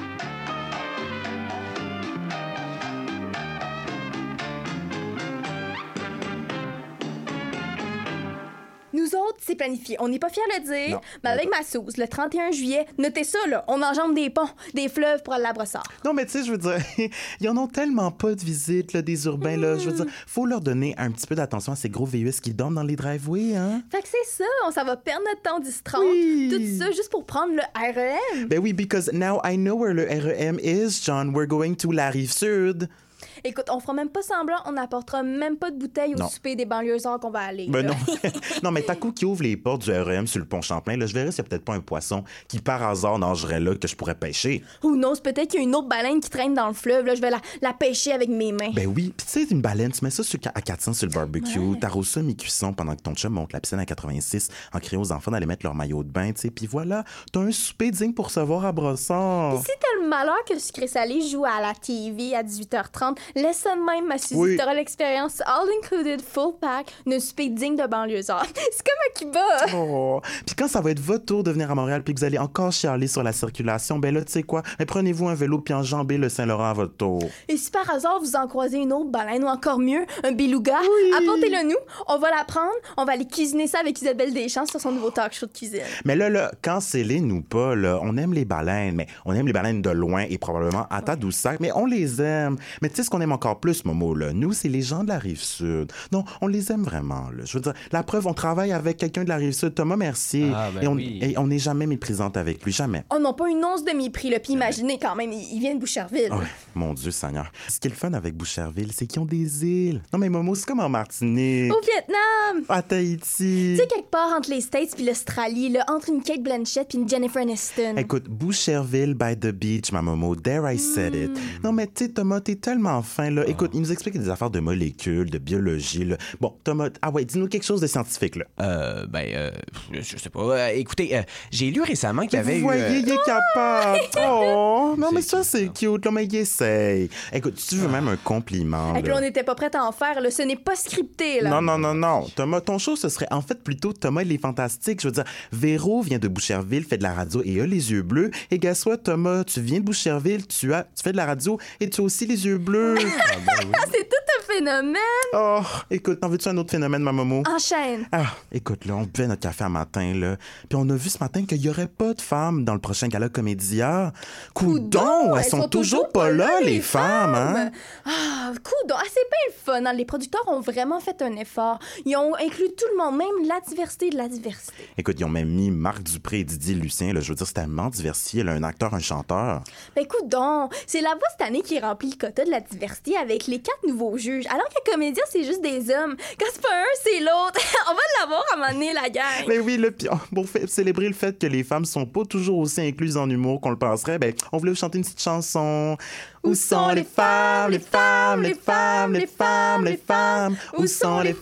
[SPEAKER 19] Nous autres, c'est planifié. On n'est pas fiers de le dire,
[SPEAKER 9] Non.
[SPEAKER 19] mais avec ma sauce, le trente et un juillet, notez ça, là, on enjambe des ponts, des fleuves pour aller à Brossard.
[SPEAKER 9] Non, mais tu sais, je veux dire, ils en ont tellement pas de visites, là, des urbains, là. Je veux dire, faut leur donner un petit peu d'attention à ces gros V U S qui dorment dans les driveways, hein?
[SPEAKER 19] Fait que c'est ça, on s'en va perdre notre temps dix trente.
[SPEAKER 9] Oui.
[SPEAKER 19] Tout ça juste pour prendre le R E M.
[SPEAKER 9] Ben oui, because now I know where le R E M is, John. We're going to la Rive-Sud.
[SPEAKER 19] Écoute, on fera même pas semblant, on n'apportera même pas de bouteille au
[SPEAKER 9] Non.
[SPEAKER 19] souper des banlieusards qu'on va aller.
[SPEAKER 9] Ben
[SPEAKER 19] là.
[SPEAKER 9] non. Non, mais t'as coup qui ouvre les portes du R E M sur le pont Champlain, là, je verrais s'il y a peut-être pas un poisson qui, par hasard, nagerait là que je pourrais pêcher.
[SPEAKER 19] Ou non, c'est peut-être qu'il y a une autre baleine qui traîne dans le fleuve, là, je vais la, la pêcher avec mes mains.
[SPEAKER 9] Ben oui. Puis tu sais, une baleine, tu mets ça sur, à quatre cents sur le barbecue,
[SPEAKER 19] Ouais.
[SPEAKER 9] t'arroses ça mi-cuisson pendant que ton chum monte la piscine à quatre-vingt-six en criant aux enfants d'aller mettre leur maillot de bain, tu sais. Puis voilà, t'as un souper digne pour recevoir à Brossard.
[SPEAKER 19] Pis si t'as le malheur que le sucré salé joue à la T V à dix-huit heures trente, laisse ça de même, ma Suzy.
[SPEAKER 9] Oui.
[SPEAKER 19] T'auras l'expérience all included, full pack, d'un souper digne de banlieusard. C'est comme à Cuba.
[SPEAKER 9] Oh. Puis quand ça va être votre tour de venir à Montréal puis que vous allez encore chialer sur la circulation, ben là, tu sais quoi, ben prenez-vous un vélo puis enjambez le Saint-Laurent à votre tour.
[SPEAKER 19] Et si par hasard vous en croisez une autre baleine ou encore mieux, un beluga, apportez-le nous, on va la prendre, on va aller cuisiner ça avec Isabelle Deschamps sur son nouveau talk show de cuisine.
[SPEAKER 9] Mais là, là, cancellez-nous pas, là. On aime les baleines, mais on aime les baleines de loin et probablement à Tadoussac, mais on les aime. Mais tu sais ce qu'on aime encore plus, Momo, là? Nous, c'est les gens de la Rive-Sud. Non, on les aime vraiment, là. Je veux dire, la preuve, on travaille avec quelqu'un de la Rive-Sud, Thomas Mercier,
[SPEAKER 6] Ah, ben
[SPEAKER 9] et on
[SPEAKER 6] oui.
[SPEAKER 9] et on n'est jamais méprisante avec lui, jamais.
[SPEAKER 19] Oh non, pas une once de mépris, là, puis imaginez quand même, il, il vient de Boucherville.
[SPEAKER 9] Ah ouais, mon Dieu Seigneur. Ce qui est le fun avec Boucherville, c'est qu'ils ont des îles. Non, mais Momo, c'est comme en Martinique.
[SPEAKER 19] Au Vietnam!
[SPEAKER 9] À Tahiti.
[SPEAKER 19] Tu sais, quelque part entre les States puis l'Australie, là, entre une Kate Blanchett puis une Jennifer Aniston.
[SPEAKER 9] Écoute, Boucherville by the beach, ma Momo. There I said it. Non, mais tu sais, Thomas, t'es tellement fin, là. Écoute, il nous explique des affaires de molécules, de biologie, là. Bon, Thomas, ah ouais, dis-nous quelque chose de scientifique, là.
[SPEAKER 6] Euh, ben, euh, je sais pas. Euh, écoutez, euh, j'ai lu récemment qu'il y avait
[SPEAKER 9] Vous
[SPEAKER 6] eu...
[SPEAKER 9] voyez,
[SPEAKER 6] euh,
[SPEAKER 9] il est capable. Oh, non, mais ça, c'est cute, là, mais il essaye. Écoute, si tu veux même un compliment,
[SPEAKER 19] Et puis on
[SPEAKER 9] là.
[SPEAKER 19] n'était pas prêts à en faire, là. Ce n'est pas scripté, là.
[SPEAKER 9] Non, non, non, non. Thomas, ton show, ce serait en fait plutôt Thomas, il est fantastique. Je veux dire, Véro vient de Boucherville, fait de la radio et a les yeux bleus. Et guess what, Thomas, tu viens de Boucherville, tu as, tu fais de la radio et tu as aussi les yeux bleus.
[SPEAKER 19] C'est tout un phénomène.
[SPEAKER 9] Oh, écoute, t'en veux-tu un autre phénomène, ma Momo?
[SPEAKER 19] Enchaîne.
[SPEAKER 9] Ah, écoute, là, on buvait notre café un matin, là. Puis on a vu ce matin qu'il y aurait pas de femmes dans le prochain gala Comédia. Coudon, elles, sont, toujours pas là, les femmes, hein?
[SPEAKER 19] Ah, coudon. Ah, c'est bien le fun. Hein. Les producteurs ont vraiment fait un effort. Ils ont inclus tout le monde, même la diversité de la diversité.
[SPEAKER 9] Écoute, ils ont même mis Marc Dupré et Didier Lucien, là. Je veux dire, c'est tellement diversifié, là. Un acteur, un chanteur.
[SPEAKER 19] Ben, coudon. C'est la voix cette année qui remplit le quota de la diversité avec les quatre nouveaux juges. Alors qu'à Comédia, c'est juste des hommes. Quand c'est pas un, c'est l'autre. On va l'avoir à un moment donné, la gang.
[SPEAKER 9] Mais oui, le pire, pour fait- célébrer le fait que les femmes sont pas toujours aussi incluses en humour qu'on le penserait, ben, on voulait vous chanter une petite chanson. Où sont les femmes, les femmes, les femmes, les femmes, les femmes? Où sont les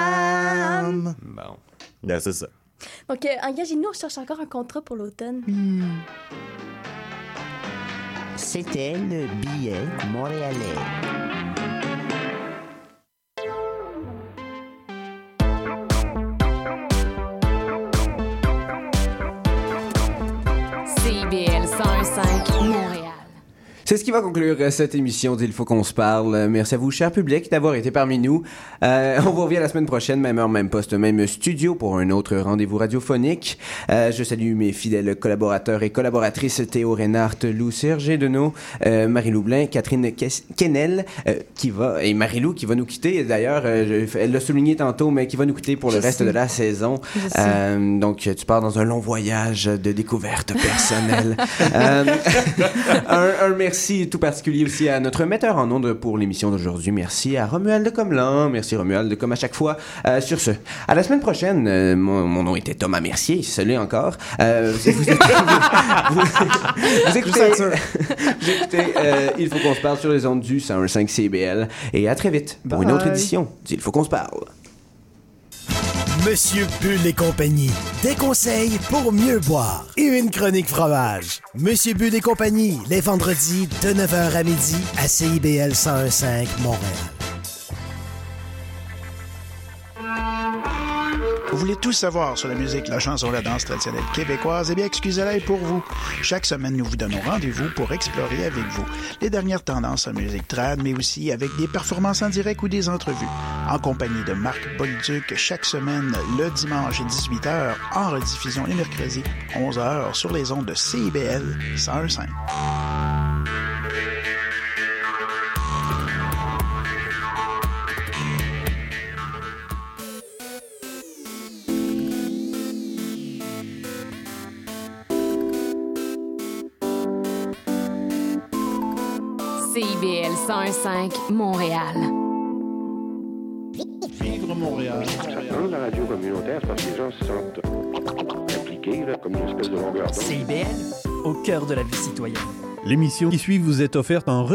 [SPEAKER 9] femmes?
[SPEAKER 6] Bon.
[SPEAKER 9] Ben, c'est ça.
[SPEAKER 19] Donc, euh, engagez-nous, on cherche encore un contrat pour l'automne.
[SPEAKER 20] C'était le billet montréalais.
[SPEAKER 1] C B L cent cinq Montréal.
[SPEAKER 6] C'est ce qui va conclure cette émission d'Il faut qu'on se parle. Merci à vous, cher public, d'avoir été parmi nous. Euh, on vous revient la semaine prochaine, même heure, même poste, même studio pour un autre rendez-vous radiophonique. Euh, je salue mes fidèles collaborateurs et collaboratrices Théo Reinhardt, Lou Serge Deneau, euh, Marie-Lou Blin, Catherine Kennel, euh, qui va, et Marie-Lou qui va nous quitter. D'ailleurs, euh, je, elle l'a souligné tantôt, mais qui va nous quitter pour le je reste sais. de la saison. Euh, donc, tu pars dans un long voyage de découverte personnelle. euh, un, un merci Merci tout particulier aussi à notre metteur en ondes pour l'émission d'aujourd'hui. Merci à Romuald Comelan. Merci Romuald, comme à chaque fois. Euh, sur ce, à la semaine prochaine. Euh, mon, mon nom était Thomas Mercier, salut encore. Euh, vous, vous, êtes, vous, vous écoutez, vous écoutez euh, Il faut qu'on se parle sur les ondes du cent un virgule cinq C B L. Et à très vite pour Bye. une autre édition d'Il faut qu'on se parle.
[SPEAKER 21] Monsieur Bull et compagnie, des conseils pour mieux boire et une chronique fromage. Monsieur Bull et compagnie, les vendredis de neuf heures à midi à C I B L cent un virgule cinq Montréal.
[SPEAKER 3] Vous voulez tout savoir sur la musique, la chanson, la danse traditionnelle québécoise? Eh bien, excusez-la pour vous. Chaque semaine, nous vous donnons rendez-vous pour explorer avec vous les dernières tendances en musique trad, mais aussi avec des performances en direct ou des entrevues. En compagnie de Marc Bolduc, chaque semaine, le dimanche à dix-huit heures, en rediffusion les mercredis, onze heures, sur les ondes de C I B L cent un virgule cinq.
[SPEAKER 1] C I B L cent un virgule cinq Montréal.
[SPEAKER 3] Vivre Montréal.
[SPEAKER 4] Dans la radio communautaire, c'est parce que les gens se sentent impliqués, là, comme une espèce de longueur d'onde.
[SPEAKER 22] C I B L, au cœur de la vie citoyenne.
[SPEAKER 23] L'émission qui suit vous est offerte en